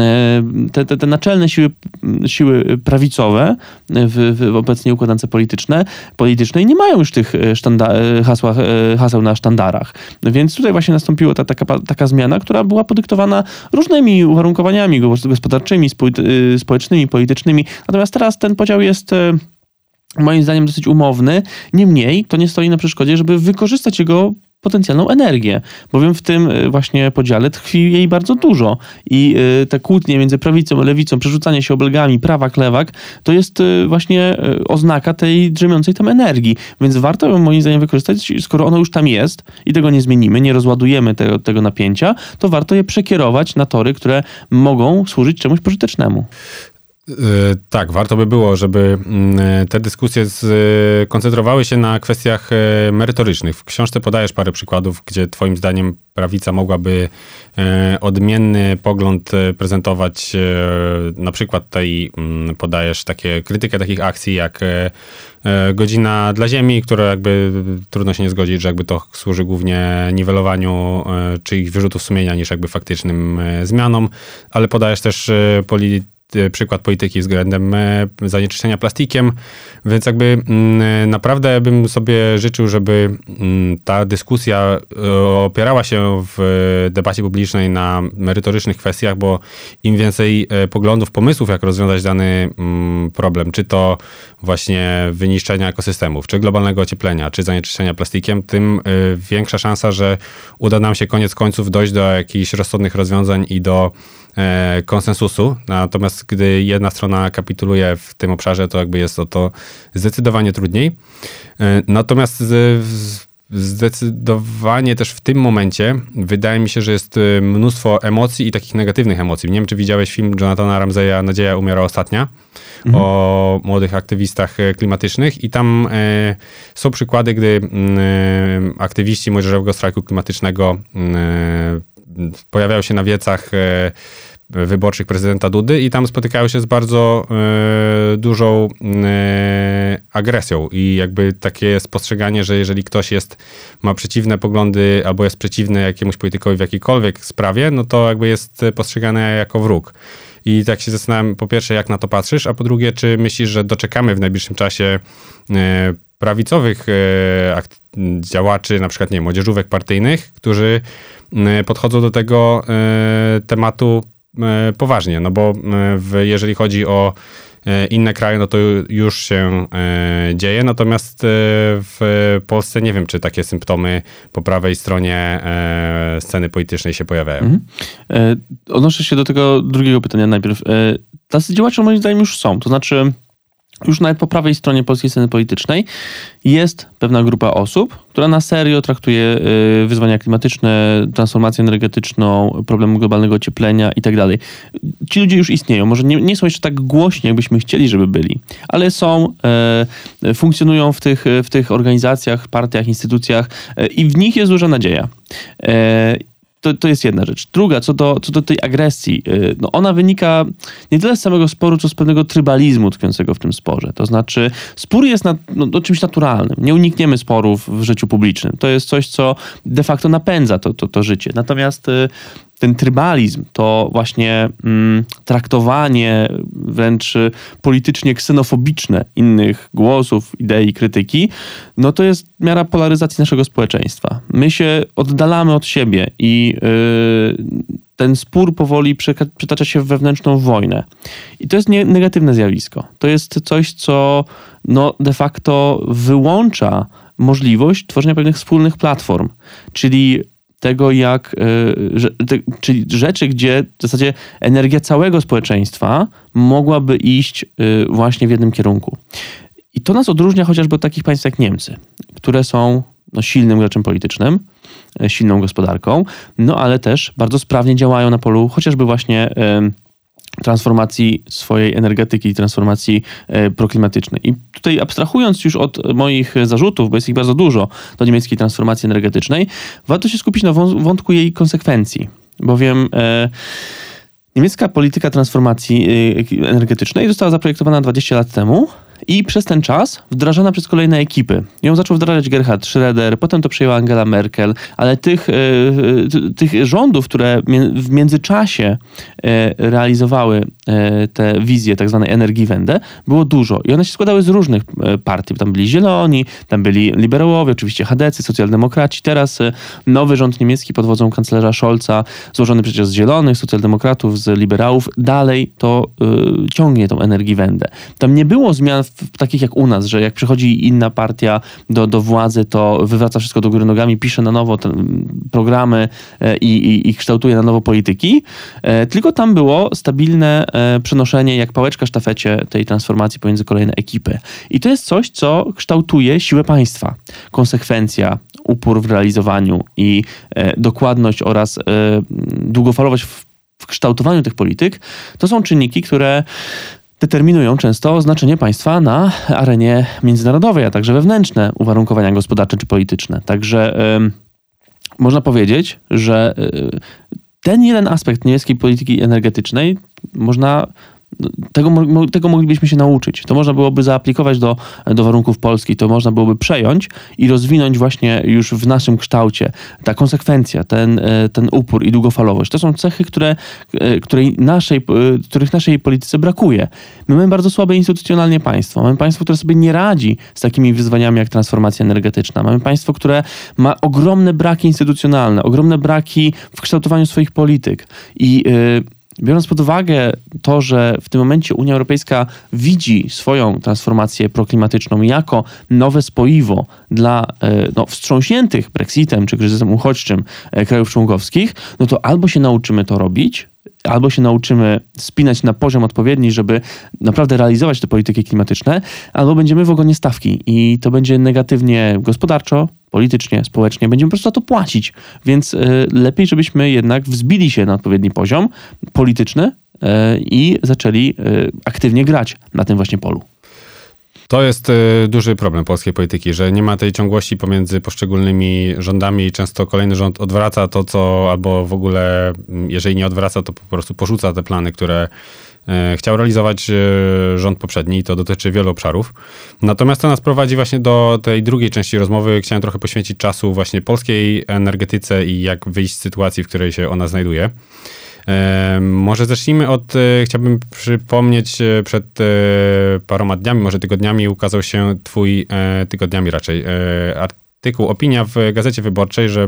Te naczelne siły prawicowe w obecnej układance politycznej nie mają już tych haseł na sztandarach. Więc tutaj właśnie nastąpiła taka zmiana, która była podyktowana różnymi uwarunkowaniami gospodarczymi, społecznymi, politycznymi. Natomiast teraz ten podział jest moim zdaniem dosyć umowny. Niemniej to nie stoi na przeszkodzie, żeby wykorzystać jego potencjalną energię, bowiem w tym właśnie podziale tkwi jej bardzo dużo i te kłótnie między prawicą a lewicą, przerzucanie się obelgami, prawak, lewak, to jest właśnie oznaka tej drzemiącej tam energii, więc warto ją moim zdaniem wykorzystać, skoro ono już tam jest i tego nie zmienimy, nie rozładujemy tego napięcia, to warto je przekierować na tory, które mogą służyć czemuś pożytecznemu. Tak, warto by było, żeby te dyskusje koncentrowały się na kwestiach merytorycznych. W książce podajesz parę przykładów, gdzie twoim zdaniem prawica mogłaby odmienny pogląd prezentować. Na przykład tutaj podajesz krytykę takich akcji jak Godzina dla Ziemi, która jakby trudno się nie zgodzić, że jakby to służy głównie niwelowaniu czyichś wyrzutów sumienia niż jakby faktycznym zmianom, ale podajesz też przykład polityki względem zanieczyszczenia plastikiem, więc jakby naprawdę bym sobie życzył, żeby ta dyskusja opierała się w debacie publicznej na merytorycznych kwestiach, bo im więcej poglądów, pomysłów, jak rozwiązać dany problem, czy to właśnie wyniszczenia ekosystemów, czy globalnego ocieplenia, czy zanieczyszczenia plastikiem, tym większa szansa, że uda nam się koniec końców dojść do jakichś rozsądnych rozwiązań i do konsensusu. Natomiast gdy jedna strona kapituluje w tym obszarze, to jakby jest o to zdecydowanie trudniej. Natomiast zdecydowanie też w tym momencie wydaje mi się, że jest mnóstwo emocji i takich negatywnych emocji. Nie wiem, czy widziałeś film Jonathana Ramseya Nadzieja umiera ostatnia o młodych aktywistach klimatycznych i tam są przykłady, gdy aktywiści młodzieżowego strajku klimatycznego pojawiają się na wiecach wyborczych prezydenta Dudy i tam spotykają się z bardzo dużą agresją i jakby takie spostrzeganie, że jeżeli ktoś ma przeciwne poglądy albo jest przeciwny jakiemuś politykowi w jakiejkolwiek sprawie, no to jakby jest postrzegany jako wróg. I tak się zastanawiam, po pierwsze, jak na to patrzysz, a po drugie, czy myślisz, że doczekamy w najbliższym czasie prawicowych działaczy, na przykład, nie wiem, młodzieżówek partyjnych, którzy podchodzą do tego tematu poważnie, no bo jeżeli chodzi o inne kraje, no to już się dzieje, natomiast w Polsce nie wiem, czy takie symptomy po prawej stronie sceny politycznej się pojawiają. Odnoszę się do tego drugiego pytania najpierw. Tacy działacze moim zdaniem już są, to znaczy już nawet po prawej stronie polskiej sceny politycznej jest pewna grupa osób, która na serio traktuje wyzwania klimatyczne, transformację energetyczną, problem globalnego ocieplenia i tak dalej. Ci ludzie już istnieją. Może nie są jeszcze tak głośni, jakbyśmy chcieli, żeby byli, ale są, funkcjonują w tych organizacjach, partiach, instytucjach i w nich jest duża nadzieja. To jest jedna rzecz. Druga, co do tej agresji, no ona wynika nie tyle z samego sporu, co z pewnego trybalizmu tkwiącego w tym sporze. To znaczy, spór jest czymś naturalnym. Nie unikniemy sporów w życiu publicznym. To jest coś, co de facto napędza to życie. Natomiast ten trybalizm, to właśnie traktowanie wręcz politycznie ksenofobiczne innych głosów, idei, krytyki, no to jest miara polaryzacji naszego społeczeństwa. My się oddalamy od siebie i ten spór powoli przetacza się w wewnętrzną wojnę. I to jest negatywne zjawisko. To jest coś, co de facto wyłącza możliwość tworzenia pewnych wspólnych platform, czyli tego, czyli rzeczy, gdzie w zasadzie energia całego społeczeństwa mogłaby iść właśnie w jednym kierunku. I to nas odróżnia chociażby od takich państw jak Niemcy, które są silnym graczem politycznym, silną gospodarką, ale też bardzo sprawnie działają na polu chociażby właśnie transformacji swojej energetyki, transformacji proklimatycznej. I tutaj abstrahując już od moich zarzutów, bo jest ich bardzo dużo do niemieckiej transformacji energetycznej, warto się skupić na wątku jej konsekwencji, bowiem niemiecka polityka transformacji energetycznej została zaprojektowana 20 lat temu i przez ten czas wdrażana przez kolejne ekipy. Ją zaczął wdrażać Gerhard Schröder, potem to przejęła Angela Merkel, ale tych rządów, które w międzyczasie realizowały te wizje tak zwanej Energiewende, było dużo. I one się składały z różnych partii. Tam byli Zieloni, tam byli liberałowie, oczywiście chadecy, socjaldemokraci. Teraz nowy rząd niemiecki pod wodzą kanclerza Scholza, złożony przecież z Zielonych, socjaldemokratów, z liberałów, dalej to ciągnie tą Energiewende. Tam nie było zmian takich jak u nas, że jak przychodzi inna partia do władzy, to wywraca wszystko do góry nogami, pisze na nowo te programy i kształtuje na nowo polityki, tylko tam było stabilne przenoszenie jak pałeczka sztafecie tej transformacji pomiędzy kolejne ekipy. I to jest coś, co kształtuje siłę państwa. Konsekwencja, upór w realizowaniu i dokładność oraz długofalowość w kształtowaniu tych polityk, to są czynniki, które determinują często znaczenie państwa na arenie międzynarodowej, a także wewnętrzne uwarunkowania gospodarcze czy polityczne. Także można powiedzieć, że ten jeden aspekt niemieckiej polityki energetycznej tego moglibyśmy się nauczyć. To można byłoby zaaplikować do warunków Polski, to można byłoby przejąć i rozwinąć właśnie już w naszym kształcie. Ta konsekwencja, ten upór i długofalowość, to są cechy, których naszej polityce brakuje. My mamy bardzo słabe instytucjonalnie państwo. Mamy państwo, które sobie nie radzi z takimi wyzwaniami jak transformacja energetyczna. Mamy państwo, które ma ogromne braki instytucjonalne, ogromne braki w kształtowaniu swoich polityk. I biorąc pod uwagę to, że w tym momencie Unia Europejska widzi swoją transformację proklimatyczną jako nowe spoiwo dla wstrząśniętych Brexitem czy kryzysem uchodźczym krajów członkowskich, to albo się nauczymy to robić, albo się nauczymy spinać na poziom odpowiedni, żeby naprawdę realizować te polityki klimatyczne, albo będziemy w ogonie stawki i to będzie negatywnie gospodarczo, politycznie, społecznie. Będziemy po prostu za to płacić. Więc lepiej, żebyśmy jednak wzbili się na odpowiedni poziom polityczny i zaczęli aktywnie grać na tym właśnie polu. To jest duży problem polskiej polityki, że nie ma tej ciągłości pomiędzy poszczególnymi rządami i często kolejny rząd odwraca to, co albo w ogóle, jeżeli nie odwraca, to po prostu porzuca te plany, które chciał realizować rząd poprzedni i to dotyczy wielu obszarów. Natomiast to nas prowadzi właśnie do tej drugiej części rozmowy. Chciałem trochę poświęcić czasu właśnie polskiej energetyce i jak wyjść z sytuacji, w której się ona znajduje. Może zacznijmy chciałbym przypomnieć, przed paroma dniami, może tygodniami ukazał się tygodniami raczej, artykuł, opinia w Gazecie Wyborczej, że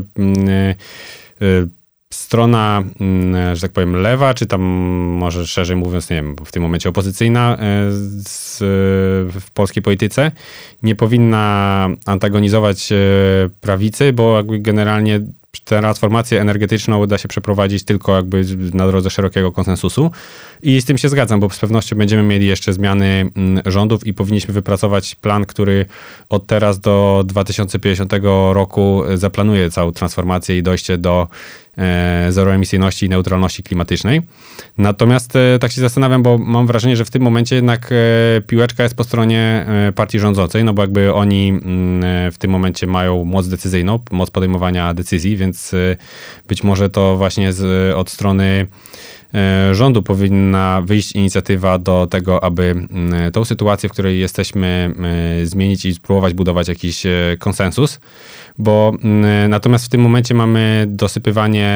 strona, że tak powiem, lewa, czy tam może szerzej mówiąc, nie wiem, w tym momencie opozycyjna w polskiej polityce nie powinna antagonizować prawicy, bo jakby generalnie transformację energetyczną da się przeprowadzić tylko jakby na drodze szerokiego konsensusu. I z tym się zgadzam, bo z pewnością będziemy mieli jeszcze zmiany rządów i powinniśmy wypracować plan, który od teraz do 2050 roku zaplanuje całą transformację i dojście do zeroemisyjności i neutralności klimatycznej. Natomiast tak się zastanawiam, bo mam wrażenie, że w tym momencie jednak piłeczka jest po stronie partii rządzącej, no bo jakby oni w tym momencie mają moc decyzyjną, moc podejmowania decyzji, więc być może to właśnie od strony rządu powinna wyjść inicjatywa do tego, aby tą sytuację, w której jesteśmy, zmienić i spróbować budować jakiś konsensus, bo natomiast w tym momencie mamy dosypywanie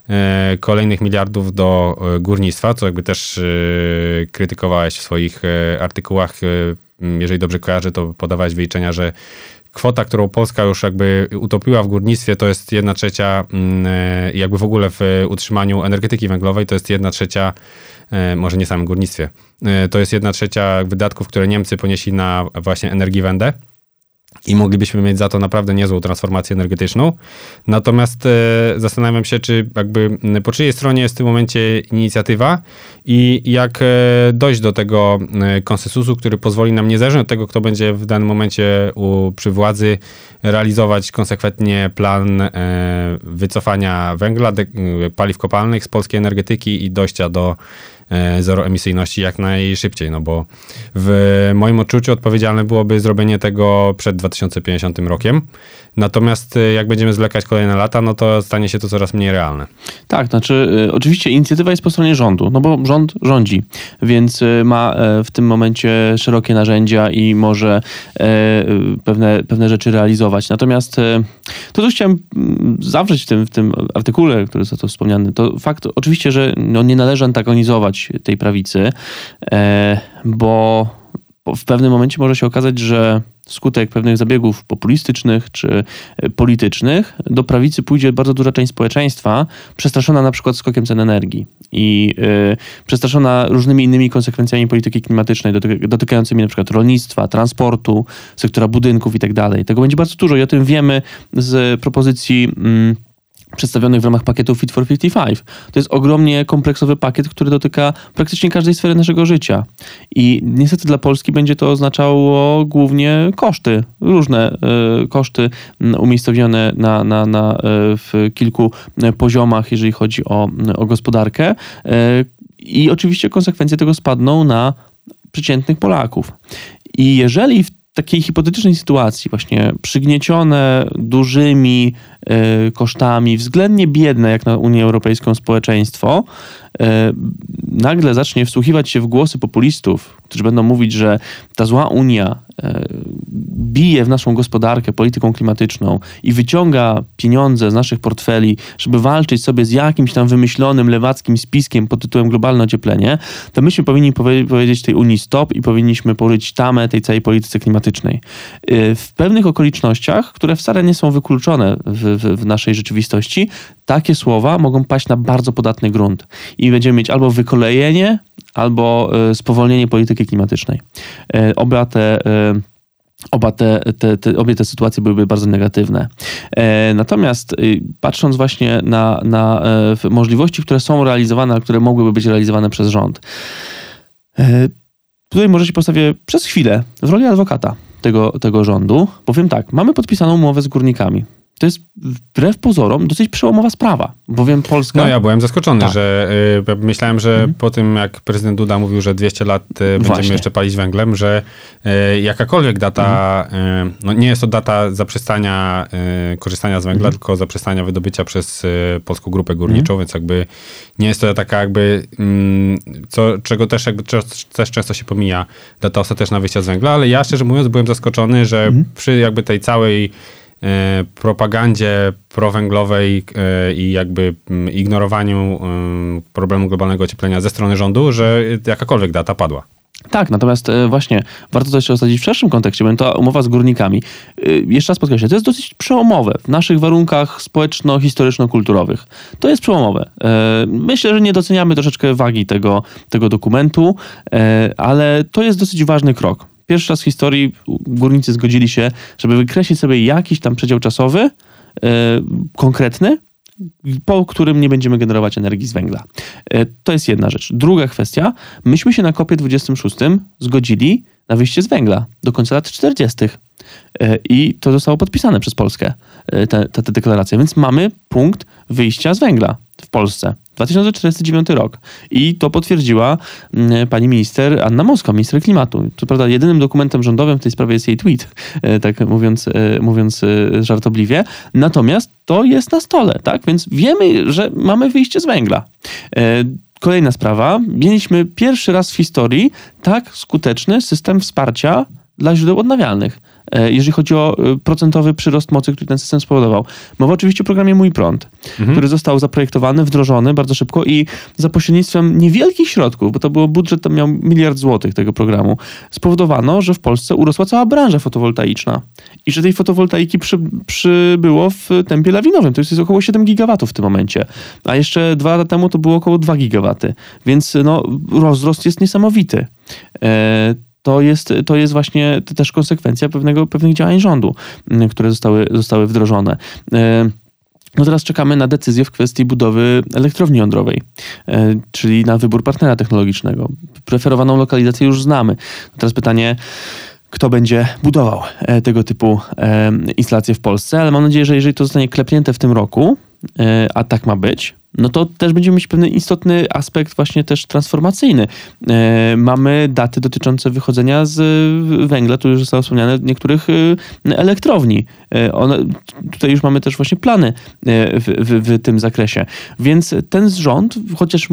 kolejnych miliardów do górnictwa, co jakby też krytykowałeś w swoich artykułach. Jeżeli dobrze kojarzę, to podawałeś wyliczenia, że kwota, którą Polska już jakby utopiła w górnictwie, to jest 1/3, jakby w ogóle w utrzymaniu energetyki węglowej, to jest 1/3, może nie samym górnictwie, to jest 1/3 wydatków, które Niemcy ponieśli na właśnie Energiewende. I moglibyśmy mieć za to naprawdę niezłą transformację energetyczną. Natomiast zastanawiam się, czy jakby po czyjej stronie jest w tym momencie inicjatywa i jak dojść do tego konsensusu, który pozwoli nam, niezależnie od tego, kto będzie w danym momencie przy władzy, realizować konsekwentnie plan wycofania węgla, paliw kopalnych z polskiej energetyki i dojścia do zeroemisyjności jak najszybciej, no bo w moim odczuciu odpowiedzialne byłoby zrobienie tego przed 2050 rokiem. Natomiast jak będziemy zwlekać kolejne lata, no to stanie się to coraz mniej realne. Tak, znaczy oczywiście inicjatywa jest po stronie rządu, no bo rząd rządzi, więc ma w tym momencie szerokie narzędzia i może pewne rzeczy realizować. Natomiast to, co chciałem zawrzeć w tym artykule, który został wspomniany, to fakt oczywiście, że nie należy antagonizować tej prawicy, bo w pewnym momencie może się okazać, że wskutek pewnych zabiegów populistycznych czy politycznych do prawicy pójdzie bardzo duża część społeczeństwa, przestraszona na przykład skokiem cen energii i przestraszona różnymi innymi konsekwencjami polityki klimatycznej dotykającymi na przykład rolnictwa, transportu, sektora budynków i tak dalej. Tego będzie bardzo dużo i o tym wiemy z propozycji przedstawionych w ramach pakietu Fit for 55. To jest ogromnie kompleksowy pakiet, który dotyka praktycznie każdej sfery naszego życia. I niestety dla Polski będzie to oznaczało głównie koszty, różne koszty umiejscowione w kilku poziomach, jeżeli chodzi o gospodarkę. I oczywiście konsekwencje tego spadną na przeciętnych Polaków. I jeżeli w takiej hipotetycznej sytuacji, właśnie przygniecione dużymi kosztami, względnie biedne jak na Unię Europejską społeczeństwo, nagle zacznie wsłuchiwać się w głosy populistów, którzy będą mówić, że ta zła Unia bije w naszą gospodarkę polityką klimatyczną i wyciąga pieniądze z naszych portfeli, żeby walczyć sobie z jakimś tam wymyślonym lewackim spiskiem pod tytułem globalne ocieplenie, to myśmy powinni powiedzieć tej Unii stop i powinniśmy położyć tamę tej całej polityce klimatycznej. W pewnych okolicznościach, które wcale nie są wykluczone w naszej rzeczywistości, takie słowa mogą paść na bardzo podatny grunt i będziemy mieć albo wykolejenie, albo spowolnienie polityki klimatycznej. Obie te sytuacje byłyby bardzo negatywne. Natomiast patrząc właśnie na możliwości, które są realizowane, a które mogłyby być realizowane przez rząd, tutaj może się postawię przez chwilę w roli adwokata tego rządu. Powiem tak, mamy podpisaną umowę z górnikami. To jest wbrew pozorom dosyć przełomowa sprawa, bowiem Polska... No ja byłem zaskoczony, że myślałem, że po tym jak prezydent Duda mówił, że 200 lat będziemy jeszcze palić węglem, że jakakolwiek data, no nie jest to data zaprzestania korzystania z węgla, tylko zaprzestania wydobycia przez Polską Grupę Górniczą, więc jakby nie jest to taka jakby, czego też często się pomija, data ostateczna wyjścia z węgla, ale ja szczerze mówiąc byłem zaskoczony, że przy jakby tej całej propagandzie prowęglowej i jakby ignorowaniu problemu globalnego ocieplenia ze strony rządu, że jakakolwiek data padła. Tak, natomiast właśnie warto to jeszcze osadzić w szerszym kontekście, bo ta umowa z górnikami, jeszcze raz podkreślę, to jest dosyć przełomowe w naszych warunkach społeczno-historyczno-kulturowych. To jest przełomowe. Myślę, że nie doceniamy troszeczkę wagi tego dokumentu, ale to jest dosyć ważny krok. Pierwszy raz w historii górnicy zgodzili się, żeby wykreślić sobie jakiś tam przedział czasowy, konkretny, po którym nie będziemy generować energii z węgla. To jest jedna rzecz. Druga kwestia. Myśmy się na COP26 zgodzili na wyjście z węgla do końca lat 40. I to zostało podpisane przez Polskę, ta deklaracja. Więc mamy punkt wyjścia z węgla w Polsce. 2049 rok. I to potwierdziła pani minister Anna Moskwa, minister klimatu. Co prawda jedynym dokumentem rządowym w tej sprawie jest jej tweet, tak mówiąc żartobliwie. Natomiast to jest na stole, tak? Więc wiemy, że mamy wyjście z węgla. Kolejna sprawa. Mieliśmy pierwszy raz w historii tak skuteczny system wsparcia dla źródeł odnawialnych. jeżeli chodzi o procentowy przyrost mocy, który ten system spowodował. Mowa oczywiście o programie Mój Prąd, który został zaprojektowany, wdrożony bardzo szybko i za pośrednictwem niewielkich środków, bo to był budżet, tam miał 1 miliard złotych tego programu, spowodowano, że w Polsce urosła cała branża fotowoltaiczna i że tej fotowoltaiki przybyło w tempie lawinowym. To jest około 7 gigawatów w tym momencie, a jeszcze 2 lata temu to było około 2 gigawaty, więc no, rozrost jest niesamowity. To jest właśnie też konsekwencja pewnych działań rządu, które zostały wdrożone. No teraz czekamy na decyzję w kwestii budowy elektrowni jądrowej, czyli na wybór partnera technologicznego. Preferowaną lokalizację już znamy. Teraz pytanie, kto będzie budował tego typu instalacje w Polsce, ale mam nadzieję, że jeżeli to zostanie klepnięte w tym roku, a tak ma być, no to też będziemy mieć pewien istotny aspekt właśnie też transformacyjny. Mamy daty dotyczące wychodzenia z węgla, tu już zostało wspomniane, niektórych elektrowni. Tutaj już mamy też właśnie plany w tym zakresie. Więc ten rząd, chociaż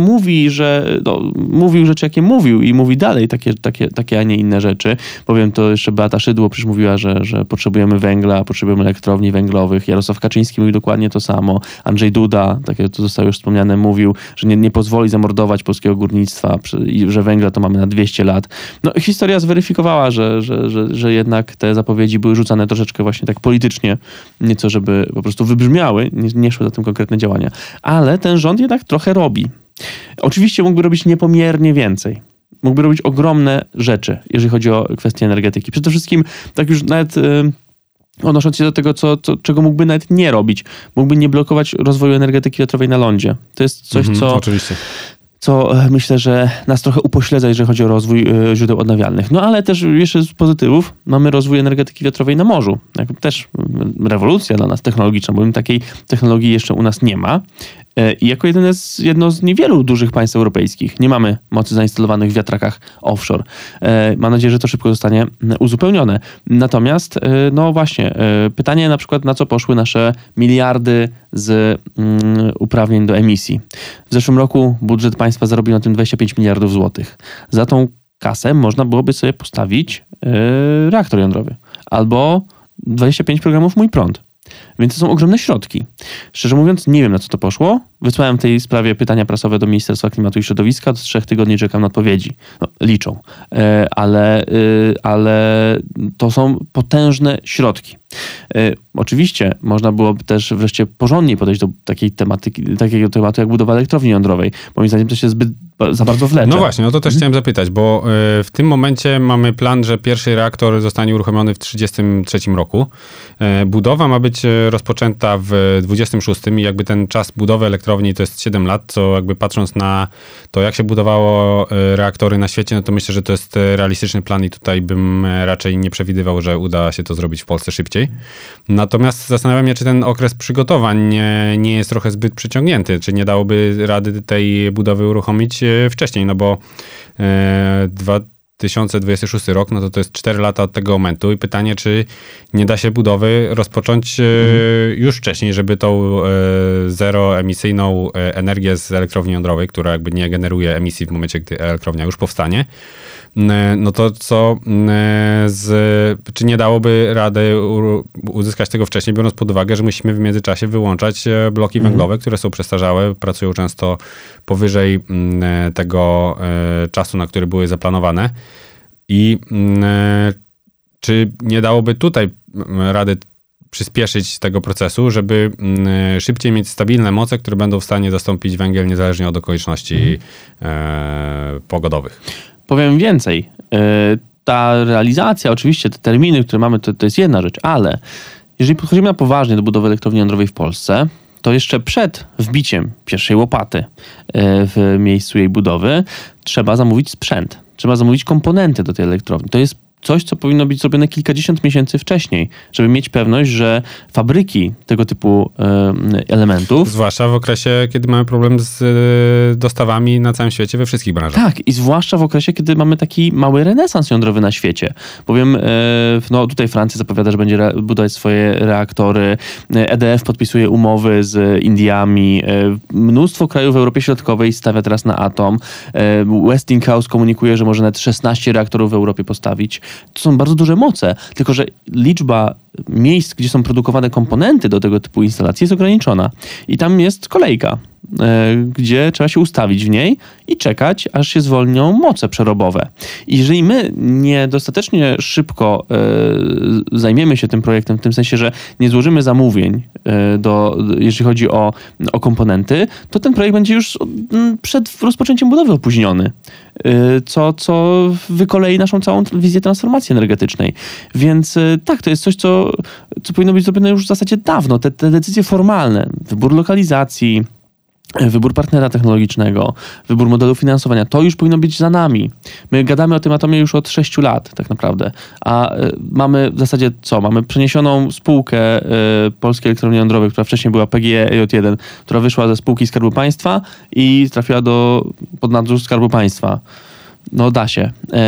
mówił rzeczy, jakie mówił i mówi dalej takie, a nie inne rzeczy. Powiem to jeszcze Beata Szydło przecież mówiła, że potrzebujemy węgla, potrzebujemy elektrowni węglowych. Jarosław Kaczyński mówił dokładnie to samo. Andrzej Duda, takie to zostało już wspomniane, mówił, że nie pozwoli zamordować polskiego górnictwa i że węgla to mamy na 200 lat. No, historia zweryfikowała, że jednak te zapowiedzi były rzucane troszeczkę właśnie tak politycznie, nieco żeby po prostu wybrzmiały, nie szły za tym konkretne działania. Ale ten rząd jednak trochę robi. Oczywiście mógłby robić niepomiernie więcej. Mógłby robić ogromne rzeczy, jeżeli chodzi o kwestie energetyki. Przede wszystkim, tak już nawet odnosząc się do tego, czego mógłby nawet nie robić. Mógłby nie blokować rozwoju energetyki wiatrowej na lądzie. To jest coś, oczywiście. Co myślę, że nas trochę upośledza, jeżeli chodzi o rozwój źródeł odnawialnych. No ale też jeszcze z pozytywów mamy rozwój energetyki wiatrowej na morzu. Też rewolucja dla nas technologiczna, bo takiej technologii jeszcze u nas nie ma. I jako jedno z niewielu dużych państw europejskich nie mamy mocy zainstalowanych w wiatrakach offshore. Mam nadzieję, że to szybko zostanie uzupełnione. Natomiast, no właśnie, pytanie na przykład, na co poszły nasze miliardy z uprawnień do emisji. W zeszłym roku budżet państwa zarobił na tym 25 miliardów złotych. Za tą kasę można byłoby sobie postawić reaktor jądrowy albo 25 programów Mój Prąd. Więc to są ogromne środki. Szczerze mówiąc, nie wiem, na co to poszło. Wysłałem w tej sprawie pytania prasowe do Ministerstwa Klimatu i Środowiska. Od 3 tygodni czekam na odpowiedzi. No, liczą. Ale to są potężne środki. Oczywiście można byłoby też wreszcie porządniej podejść do takiego tematu jak budowa elektrowni jądrowej. Moim zdaniem to się za bardzo wlecze. No właśnie, o to też chciałem zapytać, bo w tym momencie mamy plan, że pierwszy reaktor zostanie uruchomiony w 1933 roku. Budowa ma być rozpoczęta w 26 i jakby ten czas budowy elektrowni to jest 7 lat, co jakby patrząc na to, jak się budowało reaktory na świecie, no to myślę, że to jest realistyczny plan i tutaj bym raczej nie przewidywał, że uda się to zrobić w Polsce szybciej. Natomiast zastanawiam się, czy ten okres przygotowań nie jest trochę zbyt przyciągnięty, czy nie dałoby rady tej budowy uruchomić wcześniej, no bo 2026 rok, no to jest 4 lata od tego momentu i pytanie, czy nie da się budowy rozpocząć już wcześniej, żeby tą zeroemisyjną energię z elektrowni jądrowej, która jakby nie generuje emisji w momencie, gdy elektrownia już powstanie, no to czy nie dałoby rady uzyskać tego wcześniej, biorąc pod uwagę, że musimy w międzyczasie wyłączać bloki węglowe, które są przestarzałe, pracują często powyżej tego czasu, na który były zaplanowane. I czy nie dałoby tutaj rady przyspieszyć tego procesu, żeby szybciej mieć stabilne moce, które będą w stanie zastąpić węgiel niezależnie od okoliczności pogodowych? Powiem więcej. Ta realizacja, oczywiście te terminy, które mamy, to jest jedna rzecz, ale jeżeli podchodzimy na poważnie do budowy elektrowni jądrowej w Polsce, to jeszcze przed wbiciem pierwszej łopaty w miejscu jej budowy trzeba zamówić sprzęt. Trzeba zamówić komponenty do tej elektrowni. To jest coś, co powinno być zrobione kilkadziesiąt miesięcy wcześniej, żeby mieć pewność, że fabryki tego typu elementów... Zwłaszcza w okresie, kiedy mamy problem z dostawami na całym świecie, we wszystkich branżach. Tak, i zwłaszcza w okresie, kiedy mamy taki mały renesans jądrowy na świecie. Bowiem tutaj Francja zapowiada, że będzie budować swoje reaktory, EDF podpisuje umowy z Indiami, mnóstwo krajów w Europie Środkowej stawia teraz na atom, Westinghouse komunikuje, że może nawet 16 reaktorów w Europie postawić. To są bardzo duże moce, tylko że liczba miejsc, gdzie są produkowane komponenty do tego typu instalacji jest ograniczona. I tam jest kolejka, gdzie trzeba się ustawić w niej i czekać, aż się zwolnią moce przerobowe. I jeżeli my niedostatecznie szybko zajmiemy się tym projektem, w tym sensie, że nie złożymy zamówień, jeżeli chodzi o komponenty, to ten projekt będzie już przed rozpoczęciem budowy opóźniony, co wykolei naszą całą wizję transformacji energetycznej. Więc tak, to jest coś, co powinno być zrobione już w zasadzie dawno. Te decyzje formalne, wybór lokalizacji, wybór partnera technologicznego, wybór modelu finansowania, to już powinno być za nami. My gadamy o tym atomie już od 6 lat tak naprawdę, a mamy w zasadzie co? Mamy przeniesioną spółkę Polskiej Elektrowni Jądrowej, która wcześniej była PGE EJ1, która wyszła ze spółki Skarbu Państwa i trafiła pod nadzór Skarbu Państwa. No da się.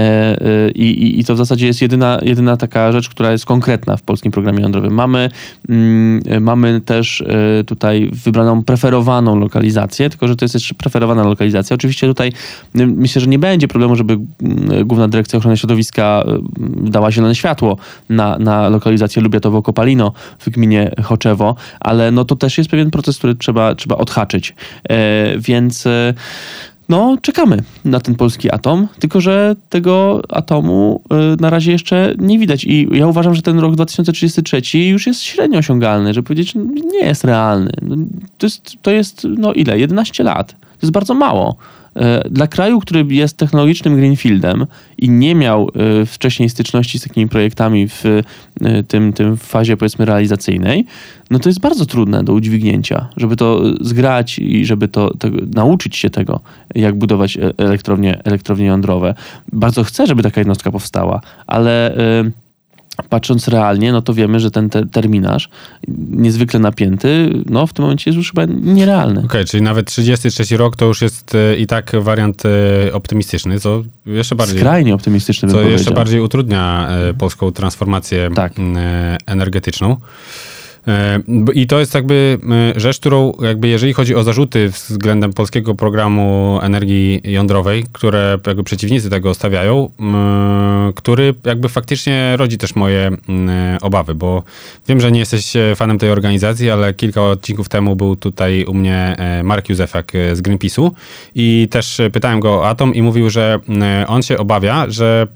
I to w zasadzie jest jedyna taka rzecz, która jest konkretna w polskim programie jądrowym. Mamy też tutaj wybraną preferowaną lokalizację, tylko że to jest jeszcze preferowana lokalizacja. Oczywiście tutaj myślę, że nie będzie problemu, żeby Główna Dyrekcja Ochrony Środowiska dała zielone światło na lokalizację Lubiatowo-Kopalino w gminie Choczewo, ale no to też jest pewien proces, który trzeba odhaczyć. Więc no, czekamy na ten polski atom, tylko że tego atomu na razie jeszcze nie widać. I ja uważam, że ten rok 2033 już jest średnio osiągalny, żeby powiedzieć, że nie jest realny. To jest ile? 11 lat. To jest bardzo mało. Dla kraju, który jest technologicznym greenfieldem i nie miał wcześniej styczności z takimi projektami w tym fazie, powiedzmy, realizacyjnej, no to jest bardzo trudne do udźwignięcia, żeby to zgrać i żeby nauczyć się tego, jak budować elektrownie jądrowe. Bardzo chcę, żeby taka jednostka powstała, ale patrząc realnie, no to wiemy, że ten terminarz niezwykle napięty, no w tym momencie jest już chyba nierealny. Okej, czyli nawet 33 rok to już jest i tak wariant optymistyczny, co jeszcze bardziej... Skrajnie optymistyczny, bym powiedział. powiedział. Jeszcze bardziej utrudnia polską transformację energetyczną. I to jest jakby rzecz, którą jakby jeżeli chodzi o zarzuty względem polskiego programu energii jądrowej, które jakby przeciwnicy tego stawiają, który jakby faktycznie rodzi też moje obawy, bo wiem, że nie jesteś fanem tej organizacji, ale kilka odcinków temu był tutaj u mnie Mark Józefak z Greenpeace'u i też pytałem go o atom i mówił, że on się obawia, że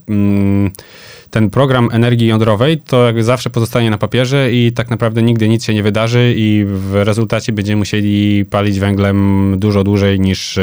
ten program energii jądrowej to jakby zawsze pozostanie na papierze i tak naprawdę nigdy nic się nie wydarzy i w rezultacie będziemy musieli palić węglem dużo dłużej niż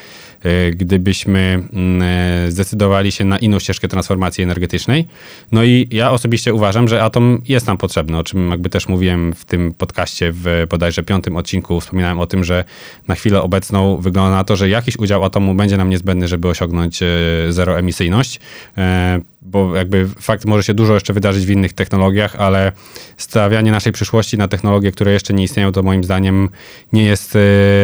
gdybyśmy zdecydowali się na inną ścieżkę transformacji energetycznej. No i ja osobiście uważam, że atom jest nam potrzebny, o czym jakby też mówiłem w tym podcaście w bodajże 5. odcinku. Wspominałem o tym, że na chwilę obecną wygląda na to, że jakiś udział atomu będzie nam niezbędny, żeby osiągnąć zeroemisyjność, bo jakby fakt może się dużo jeszcze wydarzyć w innych technologiach, ale stawianie naszej przyszłości na technologie, które jeszcze nie istnieją, to moim zdaniem nie jest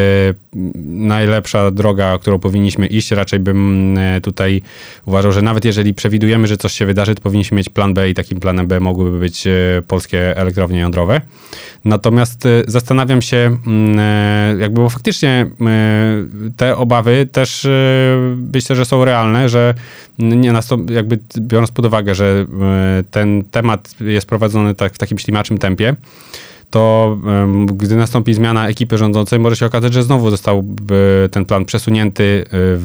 najlepsza droga, którą powinniśmy iść. Raczej bym tutaj uważał, że nawet jeżeli przewidujemy, że coś się wydarzy, to powinniśmy mieć plan B i takim planem B mogłyby być polskie elektrownie jądrowe. Natomiast zastanawiam się, jakby, bo faktycznie te obawy też myślę, że są realne, że nie jakby biorąc pod uwagę, że ten temat jest prowadzony w takim ślimaczym tempie, to gdy nastąpi zmiana ekipy rządzącej, może się okazać, że znowu został ten plan przesunięty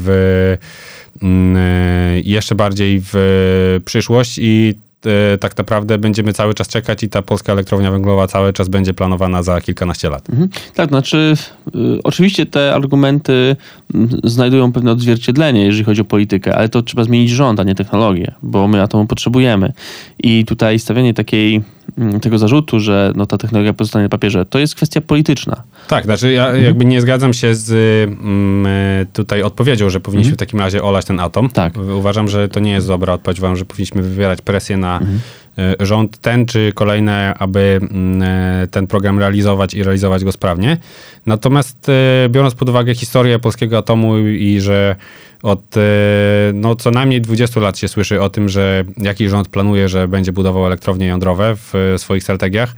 jeszcze bardziej w przyszłość i tak naprawdę będziemy cały czas czekać i ta polska elektrownia węglowa cały czas będzie planowana za kilkanaście lat. Tak, znaczy oczywiście te argumenty znajdują pewne odzwierciedlenie, jeżeli chodzi o politykę, ale to trzeba zmienić rząd, a nie technologię, bo my atomu potrzebujemy. I tutaj stawianie tego zarzutu, że ta technologia pozostanie na papierze, to jest kwestia polityczna. Tak, znaczy ja jakby nie zgadzam się z tutaj odpowiedzią, że powinniśmy w takim razie olać ten atom. Tak. Uważam, że to nie jest dobra odpowiedź. Uważam, że powinniśmy wywierać presję na rząd ten czy kolejne, aby ten program realizować i realizować go sprawnie. Natomiast biorąc pod uwagę historię polskiego atomu i że od co najmniej 20 lat się słyszy o tym, że jakiś rząd planuje, że będzie budował elektrownie jądrowe w swoich strategiach,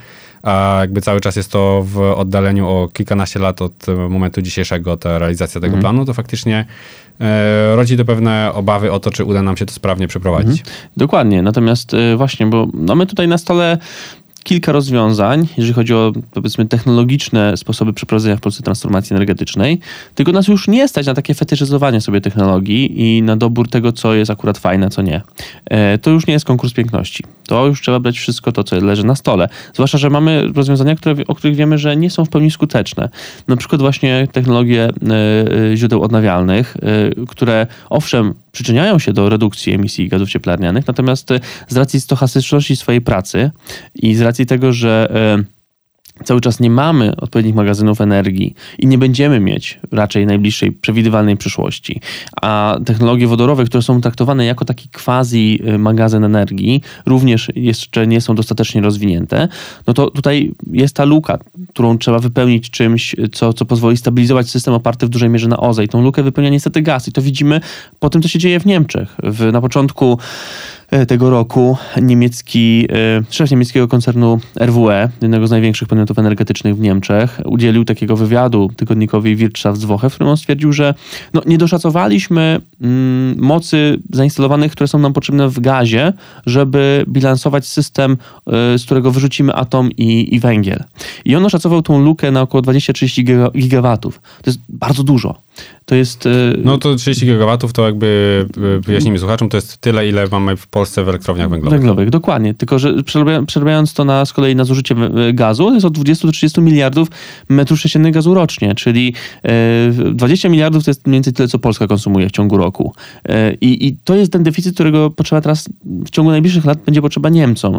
a jakby cały czas jest to w oddaleniu o kilkanaście lat od momentu dzisiejszego, ta realizacja tego planu, to faktycznie rodzi to pewne obawy o to, czy uda nam się to sprawnie przeprowadzić. Dokładnie, natomiast właśnie, bo mamy tutaj na stole kilka rozwiązań, jeżeli chodzi o, powiedzmy, technologiczne sposoby przeprowadzenia w Polsce transformacji energetycznej, tylko nas już nie stać na takie fetyszyzowanie sobie technologii i na dobór tego, co jest akurat fajne, co nie. To już nie jest konkurs piękności. To już trzeba brać wszystko to, co leży na stole. Zwłaszcza, że mamy rozwiązania, o których wiemy, że nie są w pełni skuteczne. Na przykład właśnie technologie źródeł odnawialnych, które owszem przyczyniają się do redukcji emisji gazów cieplarnianych, natomiast z racji stochastyczności swojej pracy i z racji tego, że cały czas nie mamy odpowiednich magazynów energii i nie będziemy mieć raczej najbliższej przewidywalnej przyszłości, a technologie wodorowe, które są traktowane jako taki quasi magazyn energii, również jeszcze nie są dostatecznie rozwinięte, no to tutaj jest ta luka, którą trzeba wypełnić czymś, co pozwoli stabilizować system oparty w dużej mierze na OZE i tą lukę wypełnia niestety gaz i to widzimy po tym, co się dzieje w Niemczech. Na początku tego roku szef niemieckiego koncernu RWE, jednego z największych podmiotów energetycznych w Niemczech, udzielił takiego wywiadu tygodnikowi Wirtschaftswoche, w którym on stwierdził, że nie doszacowaliśmy mocy zainstalowanych, które są nam potrzebne w gazie, żeby bilansować system, z którego wyrzucimy atom i węgiel. I on oszacował tą lukę na około 20-30 gigawatów. To jest bardzo dużo. To jest... No to 30 gigawatów to jakby, wyjaśnijmy słuchaczom, to jest tyle, ile mamy w Polsce w elektrowniach węglowych. Dokładnie. Tylko, że przerabiając to z kolei na zużycie gazu, to jest od 20 do 30 miliardów metrów sześciennych gazu rocznie, czyli 20 miliardów to jest mniej więcej tyle, co Polska konsumuje w ciągu roku. I to jest ten deficyt, którego potrzeba teraz w ciągu najbliższych lat będzie potrzeba Niemcom.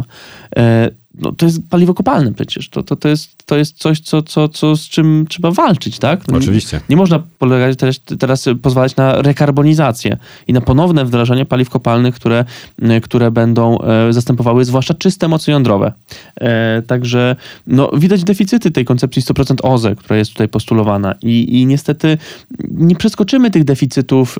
To jest paliwo kopalne przecież. To jest coś, z czym trzeba walczyć, tak? Oczywiście. Nie można teraz pozwalać na rekarbonizację i na ponowne wdrażanie paliw kopalnych, które będą zastępowały zwłaszcza czyste moce jądrowe. Także widać deficyty tej koncepcji 100% OZE, która jest tutaj postulowana i niestety nie przeskoczymy tych deficytów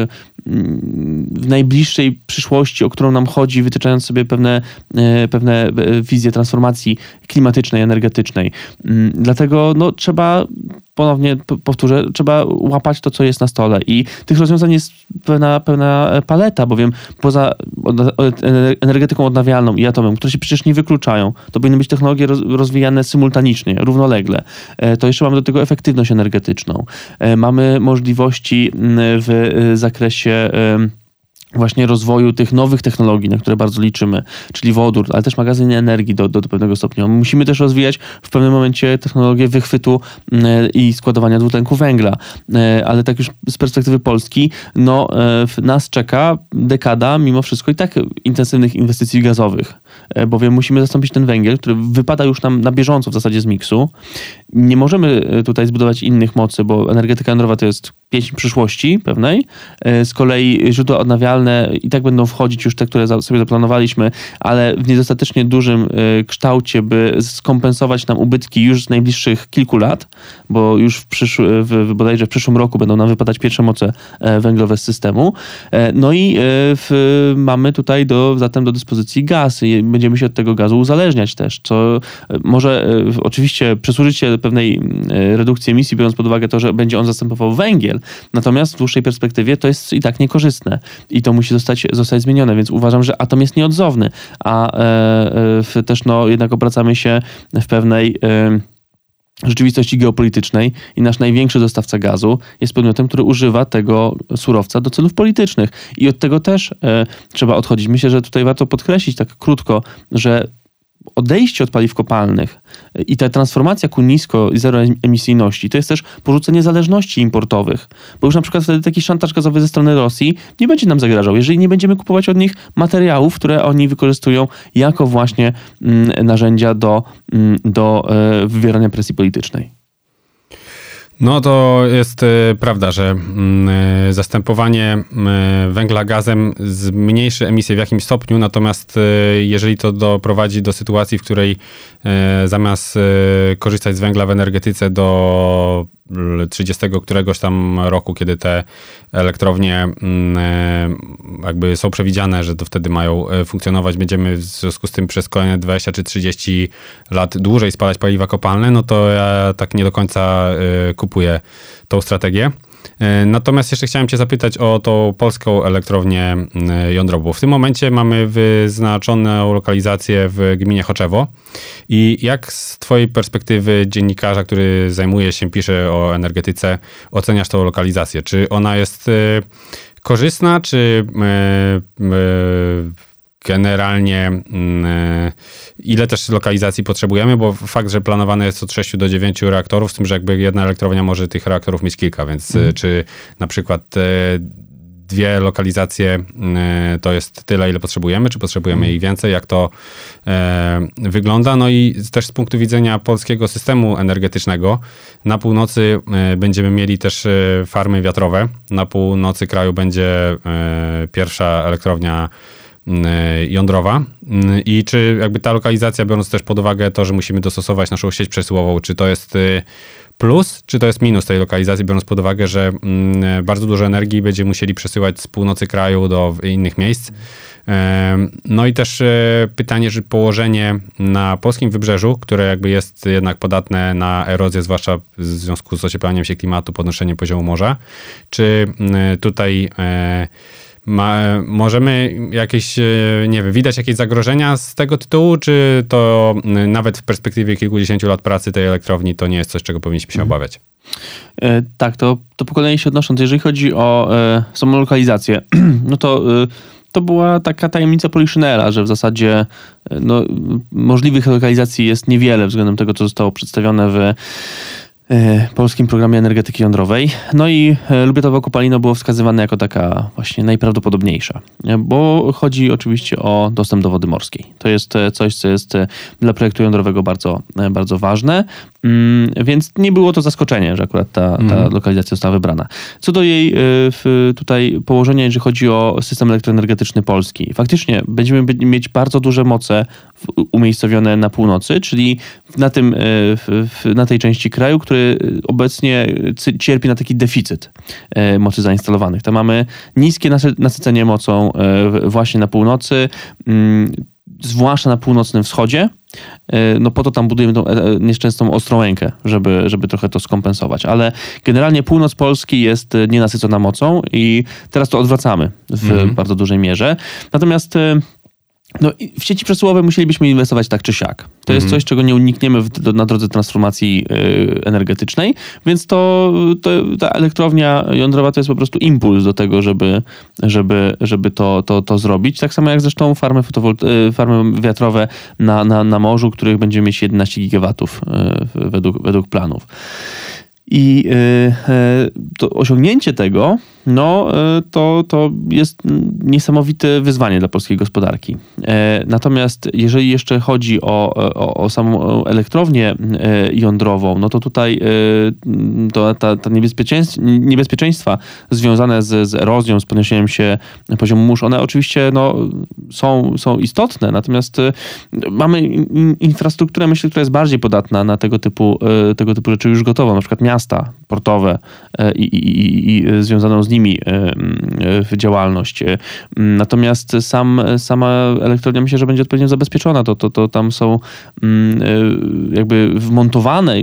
w najbliższej przyszłości, o którą nam chodzi, wytyczając sobie pewne wizje transformacji klimatycznej, energetycznej. Dlatego trzeba, ponownie powtórzę, trzeba łapać to, co jest na stole i tych rozwiązań jest pełna paleta, bowiem poza energetyką odnawialną i atomem, które się przecież nie wykluczają, to powinny być technologie rozwijane symultanicznie, równolegle. To jeszcze mamy do tego efektywność energetyczną. Mamy możliwości w zakresie właśnie rozwoju tych nowych technologii, na które bardzo liczymy, czyli wodór, ale też magazyny energii do pewnego stopnia. Musimy też rozwijać w pewnym momencie technologię wychwytu i składowania dwutlenku węgla, ale tak już z perspektywy Polski, nas czeka dekada mimo wszystko i tak intensywnych inwestycji gazowych, bowiem musimy zastąpić ten węgiel, który wypada już nam na bieżąco w zasadzie z miksu. Nie możemy tutaj zbudować innych mocy, bo energetyka jądrowa to jest pieśń przyszłości pewnej. Z kolei źródła odnawialne i tak będą wchodzić już te, które sobie zaplanowaliśmy, ale w niedostatecznie dużym kształcie, by skompensować nam ubytki już z najbliższych kilku lat, bo już bodajże w przyszłym roku będą nam wypadać pierwsze moce węglowe z systemu. Mamy tutaj zatem do dyspozycji gaz i będziemy się od tego gazu uzależniać też, co może oczywiście przysłużyć się pewnej redukcji emisji, biorąc pod uwagę to, że będzie on zastępował węgiel, natomiast w dłuższej perspektywie to jest i tak niekorzystne i to musi zostać zmienione, więc uważam, że atom jest nieodzowny, a też jednak obracamy się w pewnej rzeczywistości geopolitycznej i nasz największy dostawca gazu jest podmiotem, który używa tego surowca do celów politycznych i od tego też trzeba odchodzić. Myślę, że tutaj warto podkreślić tak krótko, że odejście od paliw kopalnych i ta transformacja ku nisko i zeroemisyjności to jest też porzucenie zależności importowych, bo już na przykład wtedy taki szantaż gazowy ze strony Rosji nie będzie nam zagrażał, jeżeli nie będziemy kupować od nich materiałów, które oni wykorzystują jako właśnie narzędzia do wywierania presji politycznej. No to jest prawda, że zastępowanie węgla gazem zmniejszy emisję w jakimś stopniu, natomiast jeżeli to doprowadzi do sytuacji, w której zamiast korzystać z węgla w energetyce do 30 któregoś tam roku, kiedy te elektrownie jakby są przewidziane, że to wtedy mają funkcjonować, będziemy w związku z tym przez kolejne 20 czy 30 lat dłużej spalać paliwa kopalne, no to ja tak nie do końca kupuję tą strategię. Natomiast jeszcze chciałem cię zapytać o tą polską elektrownię jądrową. W tym momencie mamy wyznaczoną lokalizację w gminie Choczewo. I jak z twojej perspektywy dziennikarza, który zajmuje się, pisze o energetyce, oceniasz tą lokalizację? Czy ona jest korzystna, czy generalnie ile też lokalizacji potrzebujemy, bo fakt, że planowane jest od 6 do 9 reaktorów, z tym, że jakby jedna elektrownia może tych reaktorów mieć kilka, więc czy na przykład 2 lokalizacje to jest tyle, ile potrzebujemy, czy potrzebujemy ich więcej, jak to wygląda. No i też z punktu widzenia polskiego systemu energetycznego, na północy będziemy mieli też farmy wiatrowe, na północy kraju będzie pierwsza elektrownia jądrowa i czy jakby ta lokalizacja, biorąc też pod uwagę to, że musimy dostosować naszą sieć przesyłową, czy to jest plus, czy to jest minus tej lokalizacji, biorąc pod uwagę, że bardzo dużo energii będziemy musieli przesyłać z północy kraju do innych miejsc. No i też pytanie, że położenie na polskim wybrzeżu, które jakby jest jednak podatne na erozję, zwłaszcza w związku z ocieplaniem się klimatu, podnoszeniem poziomu morza, czy tutaj możemy jakieś, nie wiem, widać jakieś zagrożenia z tego tytułu, czy to nawet w perspektywie kilkudziesięciu lat pracy tej elektrowni to nie jest coś, czego powinniśmy się obawiać? Tak, to po kolei się odnosząc, jeżeli chodzi o samą lokalizację, no to była taka tajemnica Poliszynela, że w zasadzie możliwych lokalizacji jest niewiele względem tego, co zostało przedstawione w polskim programie energetyki jądrowej. No i Lubiatowa Kopalino było wskazywane jako taka właśnie najprawdopodobniejsza, bo chodzi oczywiście o dostęp do wody morskiej. To jest coś, co jest dla projektu jądrowego bardzo, bardzo ważne, więc nie było to zaskoczenie, że akurat ta lokalizacja została wybrana. Co do jej tutaj położenia, jeżeli chodzi o system elektroenergetyczny Polski. Faktycznie będziemy mieć bardzo duże moce umiejscowione na północy, czyli na tej części kraju, który obecnie cierpi na taki deficyt mocy zainstalowanych. Tam mamy niskie nasycenie mocą właśnie na północy, zwłaszcza na północnym wschodzie. No po to tam budujemy tą nieszczęsną Ostrołękę, żeby trochę to skompensować. Ale generalnie północ Polski jest nienasycona mocą i teraz to odwracamy w bardzo dużej mierze. Natomiast w sieci przesyłowe musielibyśmy inwestować tak czy siak. To jest coś, czego nie unikniemy na drodze transformacji energetycznej, więc ta elektrownia jądrowa to jest po prostu impuls do tego, żeby to zrobić. Tak samo jak zresztą farmy wiatrowe na morzu, których będziemy mieć 11 gigawatów według planów. I to osiągnięcie tego, to jest niesamowite wyzwanie dla polskiej gospodarki. Natomiast jeżeli jeszcze chodzi o samą elektrownię jądrową, no to tutaj ta niebezpieczeństwa związane z erozją, z podniesieniem się poziomu mórz, one oczywiście są istotne, natomiast mamy infrastrukturę, myślę, która jest bardziej podatna na tego typu rzeczy już gotowa, na przykład miasta portowe i związaną z nimi działalność. Natomiast sama elektrownia myślę, że będzie odpowiednio zabezpieczona. To tam są jakby wmontowane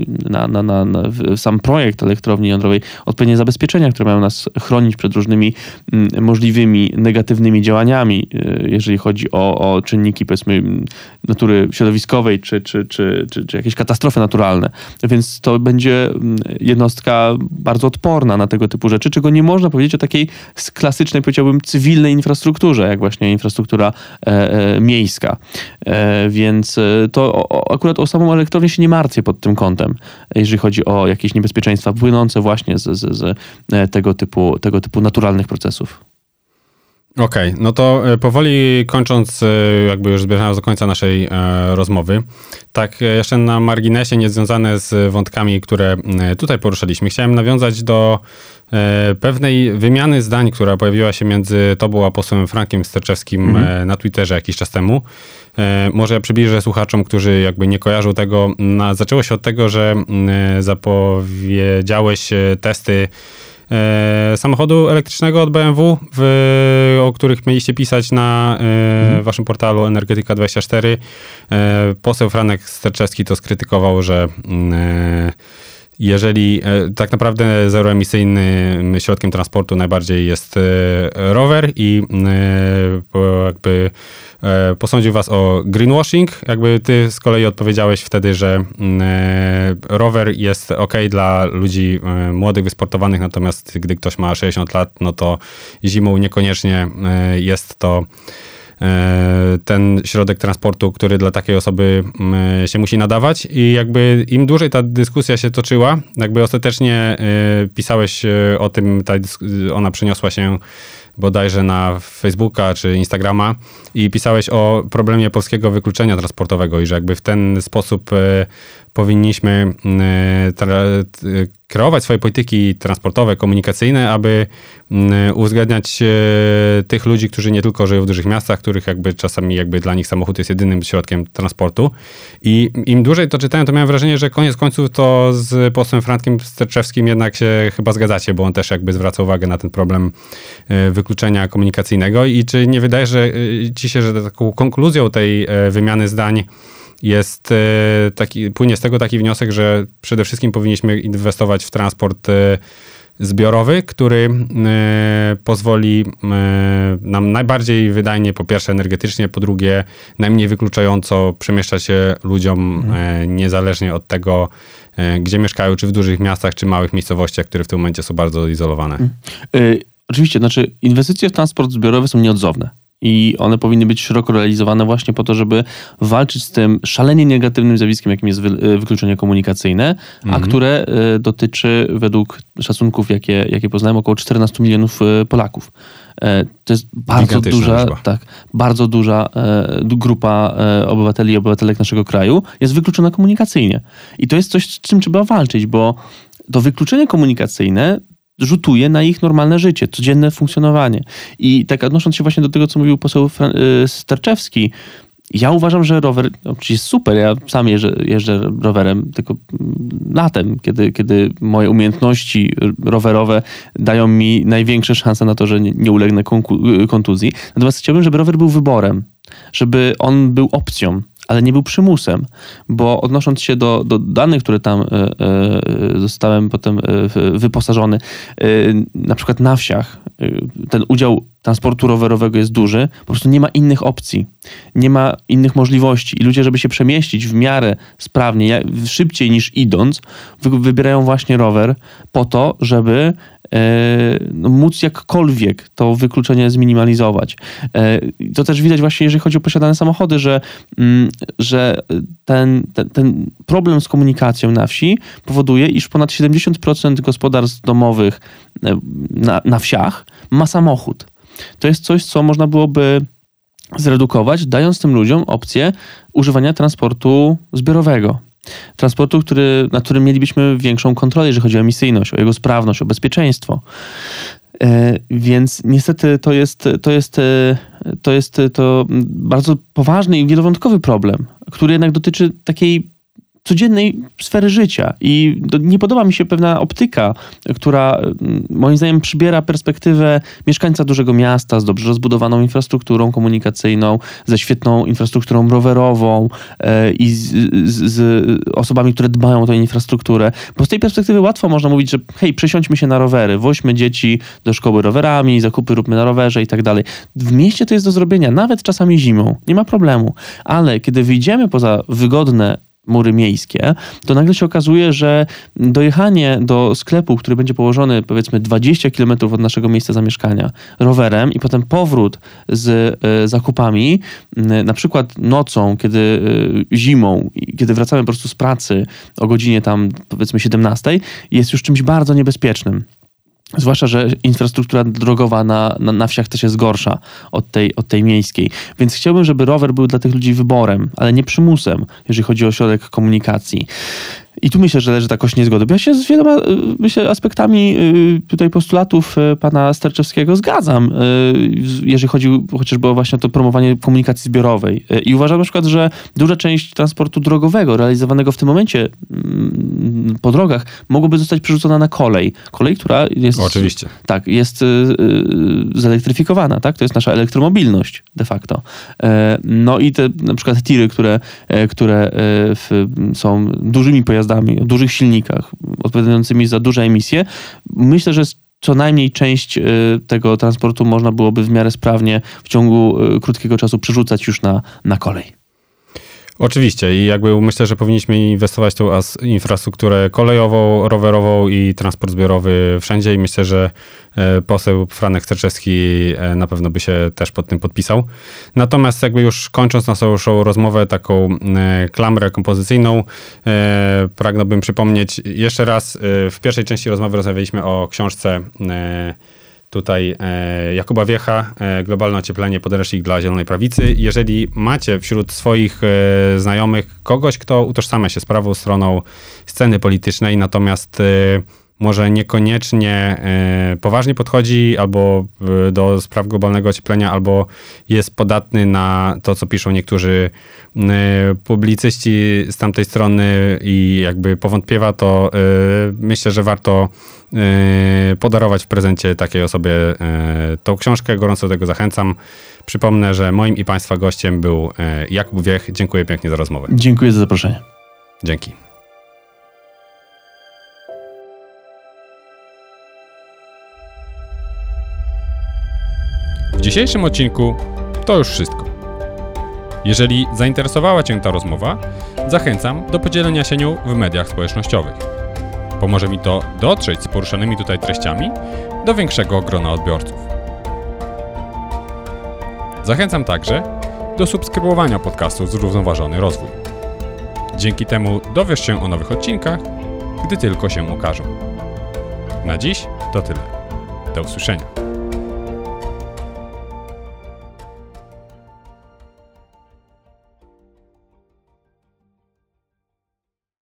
w sam projekt elektrowni jądrowej odpowiednie zabezpieczenia, które mają nas chronić przed różnymi możliwymi negatywnymi działaniami, jeżeli chodzi o czynniki, powiedzmy, natury środowiskowej czy jakieś katastrofy naturalne. Więc to będzie jednostka bardzo odporna na tego typu rzeczy, czego nie można powiedzieć o takiej klasycznej, powiedziałbym, cywilnej infrastrukturze, jak właśnie infrastruktura miejska. Więc to akurat o samą elektrownię się nie martwię pod tym kątem, jeżeli chodzi o jakieś niebezpieczeństwa płynące właśnie z tego typu naturalnych procesów. Okej, no to powoli kończąc, jakby już zbliżając do końca naszej rozmowy, tak jeszcze na marginesie, niezwiązane z wątkami, które tutaj poruszaliśmy, chciałem nawiązać do pewnej wymiany zdań, która pojawiła się między tobą a posłem Frankiem Sterczewskim na Twitterze jakiś czas temu. Może ja przybliżę słuchaczom, którzy jakby nie kojarzą tego. Zaczęło się od tego, że zapowiedziałeś testy samochodu elektrycznego od BMW, o których mieliście pisać na waszym portalu Energetyka24. Poseł Franek Sterczewski to skrytykował, że jeżeli tak naprawdę zeroemisyjnym środkiem transportu najbardziej jest rower i jakby posądził was o greenwashing. Jakby ty z kolei odpowiedziałeś wtedy, że rower jest ok dla ludzi młodych, wysportowanych, natomiast gdy ktoś ma 60 lat, no to zimą niekoniecznie jest to ten środek transportu, który dla takiej osoby się musi nadawać i jakby im dłużej ta dyskusja się toczyła, jakby ostatecznie pisałeś o tym, ona przeniosła się bodajże na Facebooka czy Instagrama i pisałeś o problemie polskiego wykluczenia transportowego i że jakby w ten sposób powinniśmy kreować swoje polityki transportowe, komunikacyjne, aby uwzględniać tych ludzi, którzy nie tylko żyją w dużych miastach, których jakby czasami jakby dla nich samochód jest jedynym środkiem transportu. I im dłużej to czytałem, to miałem wrażenie, że koniec końców to z posłem Frankiem Sterczewskim jednak się chyba zgadzacie, bo on też jakby zwraca uwagę na ten problem wykluczenia komunikacyjnego. I czy nie wydaje ci się, że taką konkluzją tej wymiany zdań jest płynie z tego taki wniosek, że przede wszystkim powinniśmy inwestować w transport zbiorowy, który pozwoli nam najbardziej wydajnie, po pierwsze energetycznie, po drugie najmniej wykluczająco przemieszczać się ludziom niezależnie od tego, gdzie mieszkają, czy w dużych miastach, czy małych miejscowościach, które w tym momencie są bardzo izolowane. Oczywiście, znaczy inwestycje w transport zbiorowy są nieodzowne. I one powinny być szeroko realizowane właśnie po to, żeby walczyć z tym szalenie negatywnym zjawiskiem, jakim jest wykluczenie komunikacyjne, a które dotyczy według szacunków, jakie poznałem, około 14 milionów Polaków. To jest bardzo duża grupa obywateli i obywatelek naszego kraju jest wykluczona komunikacyjnie. I to jest coś, z czym trzeba walczyć, bo to wykluczenie komunikacyjne rzutuje na ich normalne życie, codzienne funkcjonowanie. I tak odnosząc się właśnie do tego, co mówił poseł Sterczewski, ja uważam, że rower oczywiście jest super. Ja sam jeżdżę rowerem, tylko latem, kiedy moje umiejętności rowerowe dają mi największe szanse na to, że nie ulegnę kontuzji. Natomiast chciałbym, żeby rower był wyborem, żeby on był opcją, ale nie był przymusem, bo odnosząc się do danych, które tam zostałem potem wyposażony, na przykład na wsiach ten udział transportu rowerowego jest duży, po prostu nie ma innych opcji, nie ma innych możliwości i ludzie, żeby się przemieścić w miarę sprawnie, szybciej niż idąc, wybierają właśnie rower po to, żeby móc jakkolwiek to wykluczenie zminimalizować. To też widać właśnie, jeżeli chodzi o posiadane samochody, że ten problem z komunikacją na wsi powoduje, iż ponad 70% gospodarstw domowych na wsiach ma samochód. To jest coś, co można byłoby zredukować, dając tym ludziom opcję używania transportu zbiorowego. Transportu, nad którym mielibyśmy większą kontrolę, jeżeli chodzi o emisyjność, o jego sprawność, o bezpieczeństwo. Więc niestety to jest bardzo poważny i wielowątkowy problem, który jednak dotyczy takiej codziennej sfery życia i nie podoba mi się pewna optyka, która moim zdaniem przybiera perspektywę mieszkańca dużego miasta z dobrze rozbudowaną infrastrukturą komunikacyjną, ze świetną infrastrukturą rowerową i z osobami, które dbają o tę infrastrukturę. Bo z tej perspektywy łatwo można mówić, że hej, przesiądźmy się na rowery, woźmy dzieci do szkoły rowerami, zakupy róbmy na rowerze i tak dalej. W mieście to jest do zrobienia, nawet czasami zimą, nie ma problemu. Ale kiedy wyjdziemy poza wygodne mury miejskie, to nagle się okazuje, że dojechanie do sklepu, który będzie położony powiedzmy 20 km od naszego miejsca zamieszkania rowerem i potem powrót z zakupami, na przykład nocą, kiedy zimą, kiedy wracamy po prostu z pracy o godzinie tam powiedzmy 17, jest już czymś bardzo niebezpiecznym. Zwłaszcza, że infrastruktura drogowa na wsiach też jest gorsza od tej miejskiej. Więc chciałbym, żeby rower był dla tych ludzi wyborem, ale nie przymusem, jeżeli chodzi o środek komunikacji. I tu myślę, że leży ta kość niezgody. Bo ja się z wieloma, myślę, aspektami tutaj postulatów pana Sterczewskiego zgadzam, jeżeli chodzi chociażby o właśnie to promowanie komunikacji zbiorowej. I uważam na przykład, że duża część transportu drogowego realizowanego w tym momencie po drogach mogłoby zostać przerzucona na kolej. Kolej, która jest... Oczywiście. Tak, jest zelektryfikowana, tak? To jest nasza elektromobilność de facto. No i te na przykład tiry, które są dużymi pojazdami, o dużych silnikach, odpowiadającymi za duże emisje. Myślę, że co najmniej część tego transportu można byłoby w miarę sprawnie w ciągu krótkiego czasu przerzucać już na kolej. Oczywiście i jakby myślę, że powinniśmy inwestować w tą infrastrukturę kolejową, rowerową i transport zbiorowy wszędzie i myślę, że poseł Franek Sterczewski na pewno by się też pod tym podpisał. Natomiast jakby już kończąc naszą rozmowę, taką klamrę kompozycyjną, pragnąłbym przypomnieć jeszcze raz, w pierwszej części rozmowy rozmawialiśmy o książce tutaj Jakuba Wiecha, Globalne ocieplenie, podręcznik dla zielonej prawicy. Jeżeli macie wśród swoich znajomych kogoś, kto utożsamia się z prawą stroną sceny politycznej, natomiast może niekoniecznie poważnie podchodzi albo do spraw globalnego ocieplenia, albo jest podatny na to, co piszą niektórzy publicyści z tamtej strony i jakby powątpiewa, to myślę, że warto podarować w prezencie takiej osobie tą książkę. Gorąco do tego zachęcam. Przypomnę, że moim i Państwa gościem był Jakub Wiech. Dziękuję pięknie za rozmowę. Dziękuję za zaproszenie. Dzięki. W dzisiejszym odcinku to już wszystko. Jeżeli zainteresowała Cię ta rozmowa, zachęcam do podzielenia się nią w mediach społecznościowych. Pomoże mi to dotrzeć z poruszanymi tutaj treściami do większego grona odbiorców. Zachęcam także do subskrybowania podcastu Zrównoważony Rozwój. Dzięki temu dowiesz się o nowych odcinkach, gdy tylko się ukażą. Na dziś to tyle. Do usłyszenia.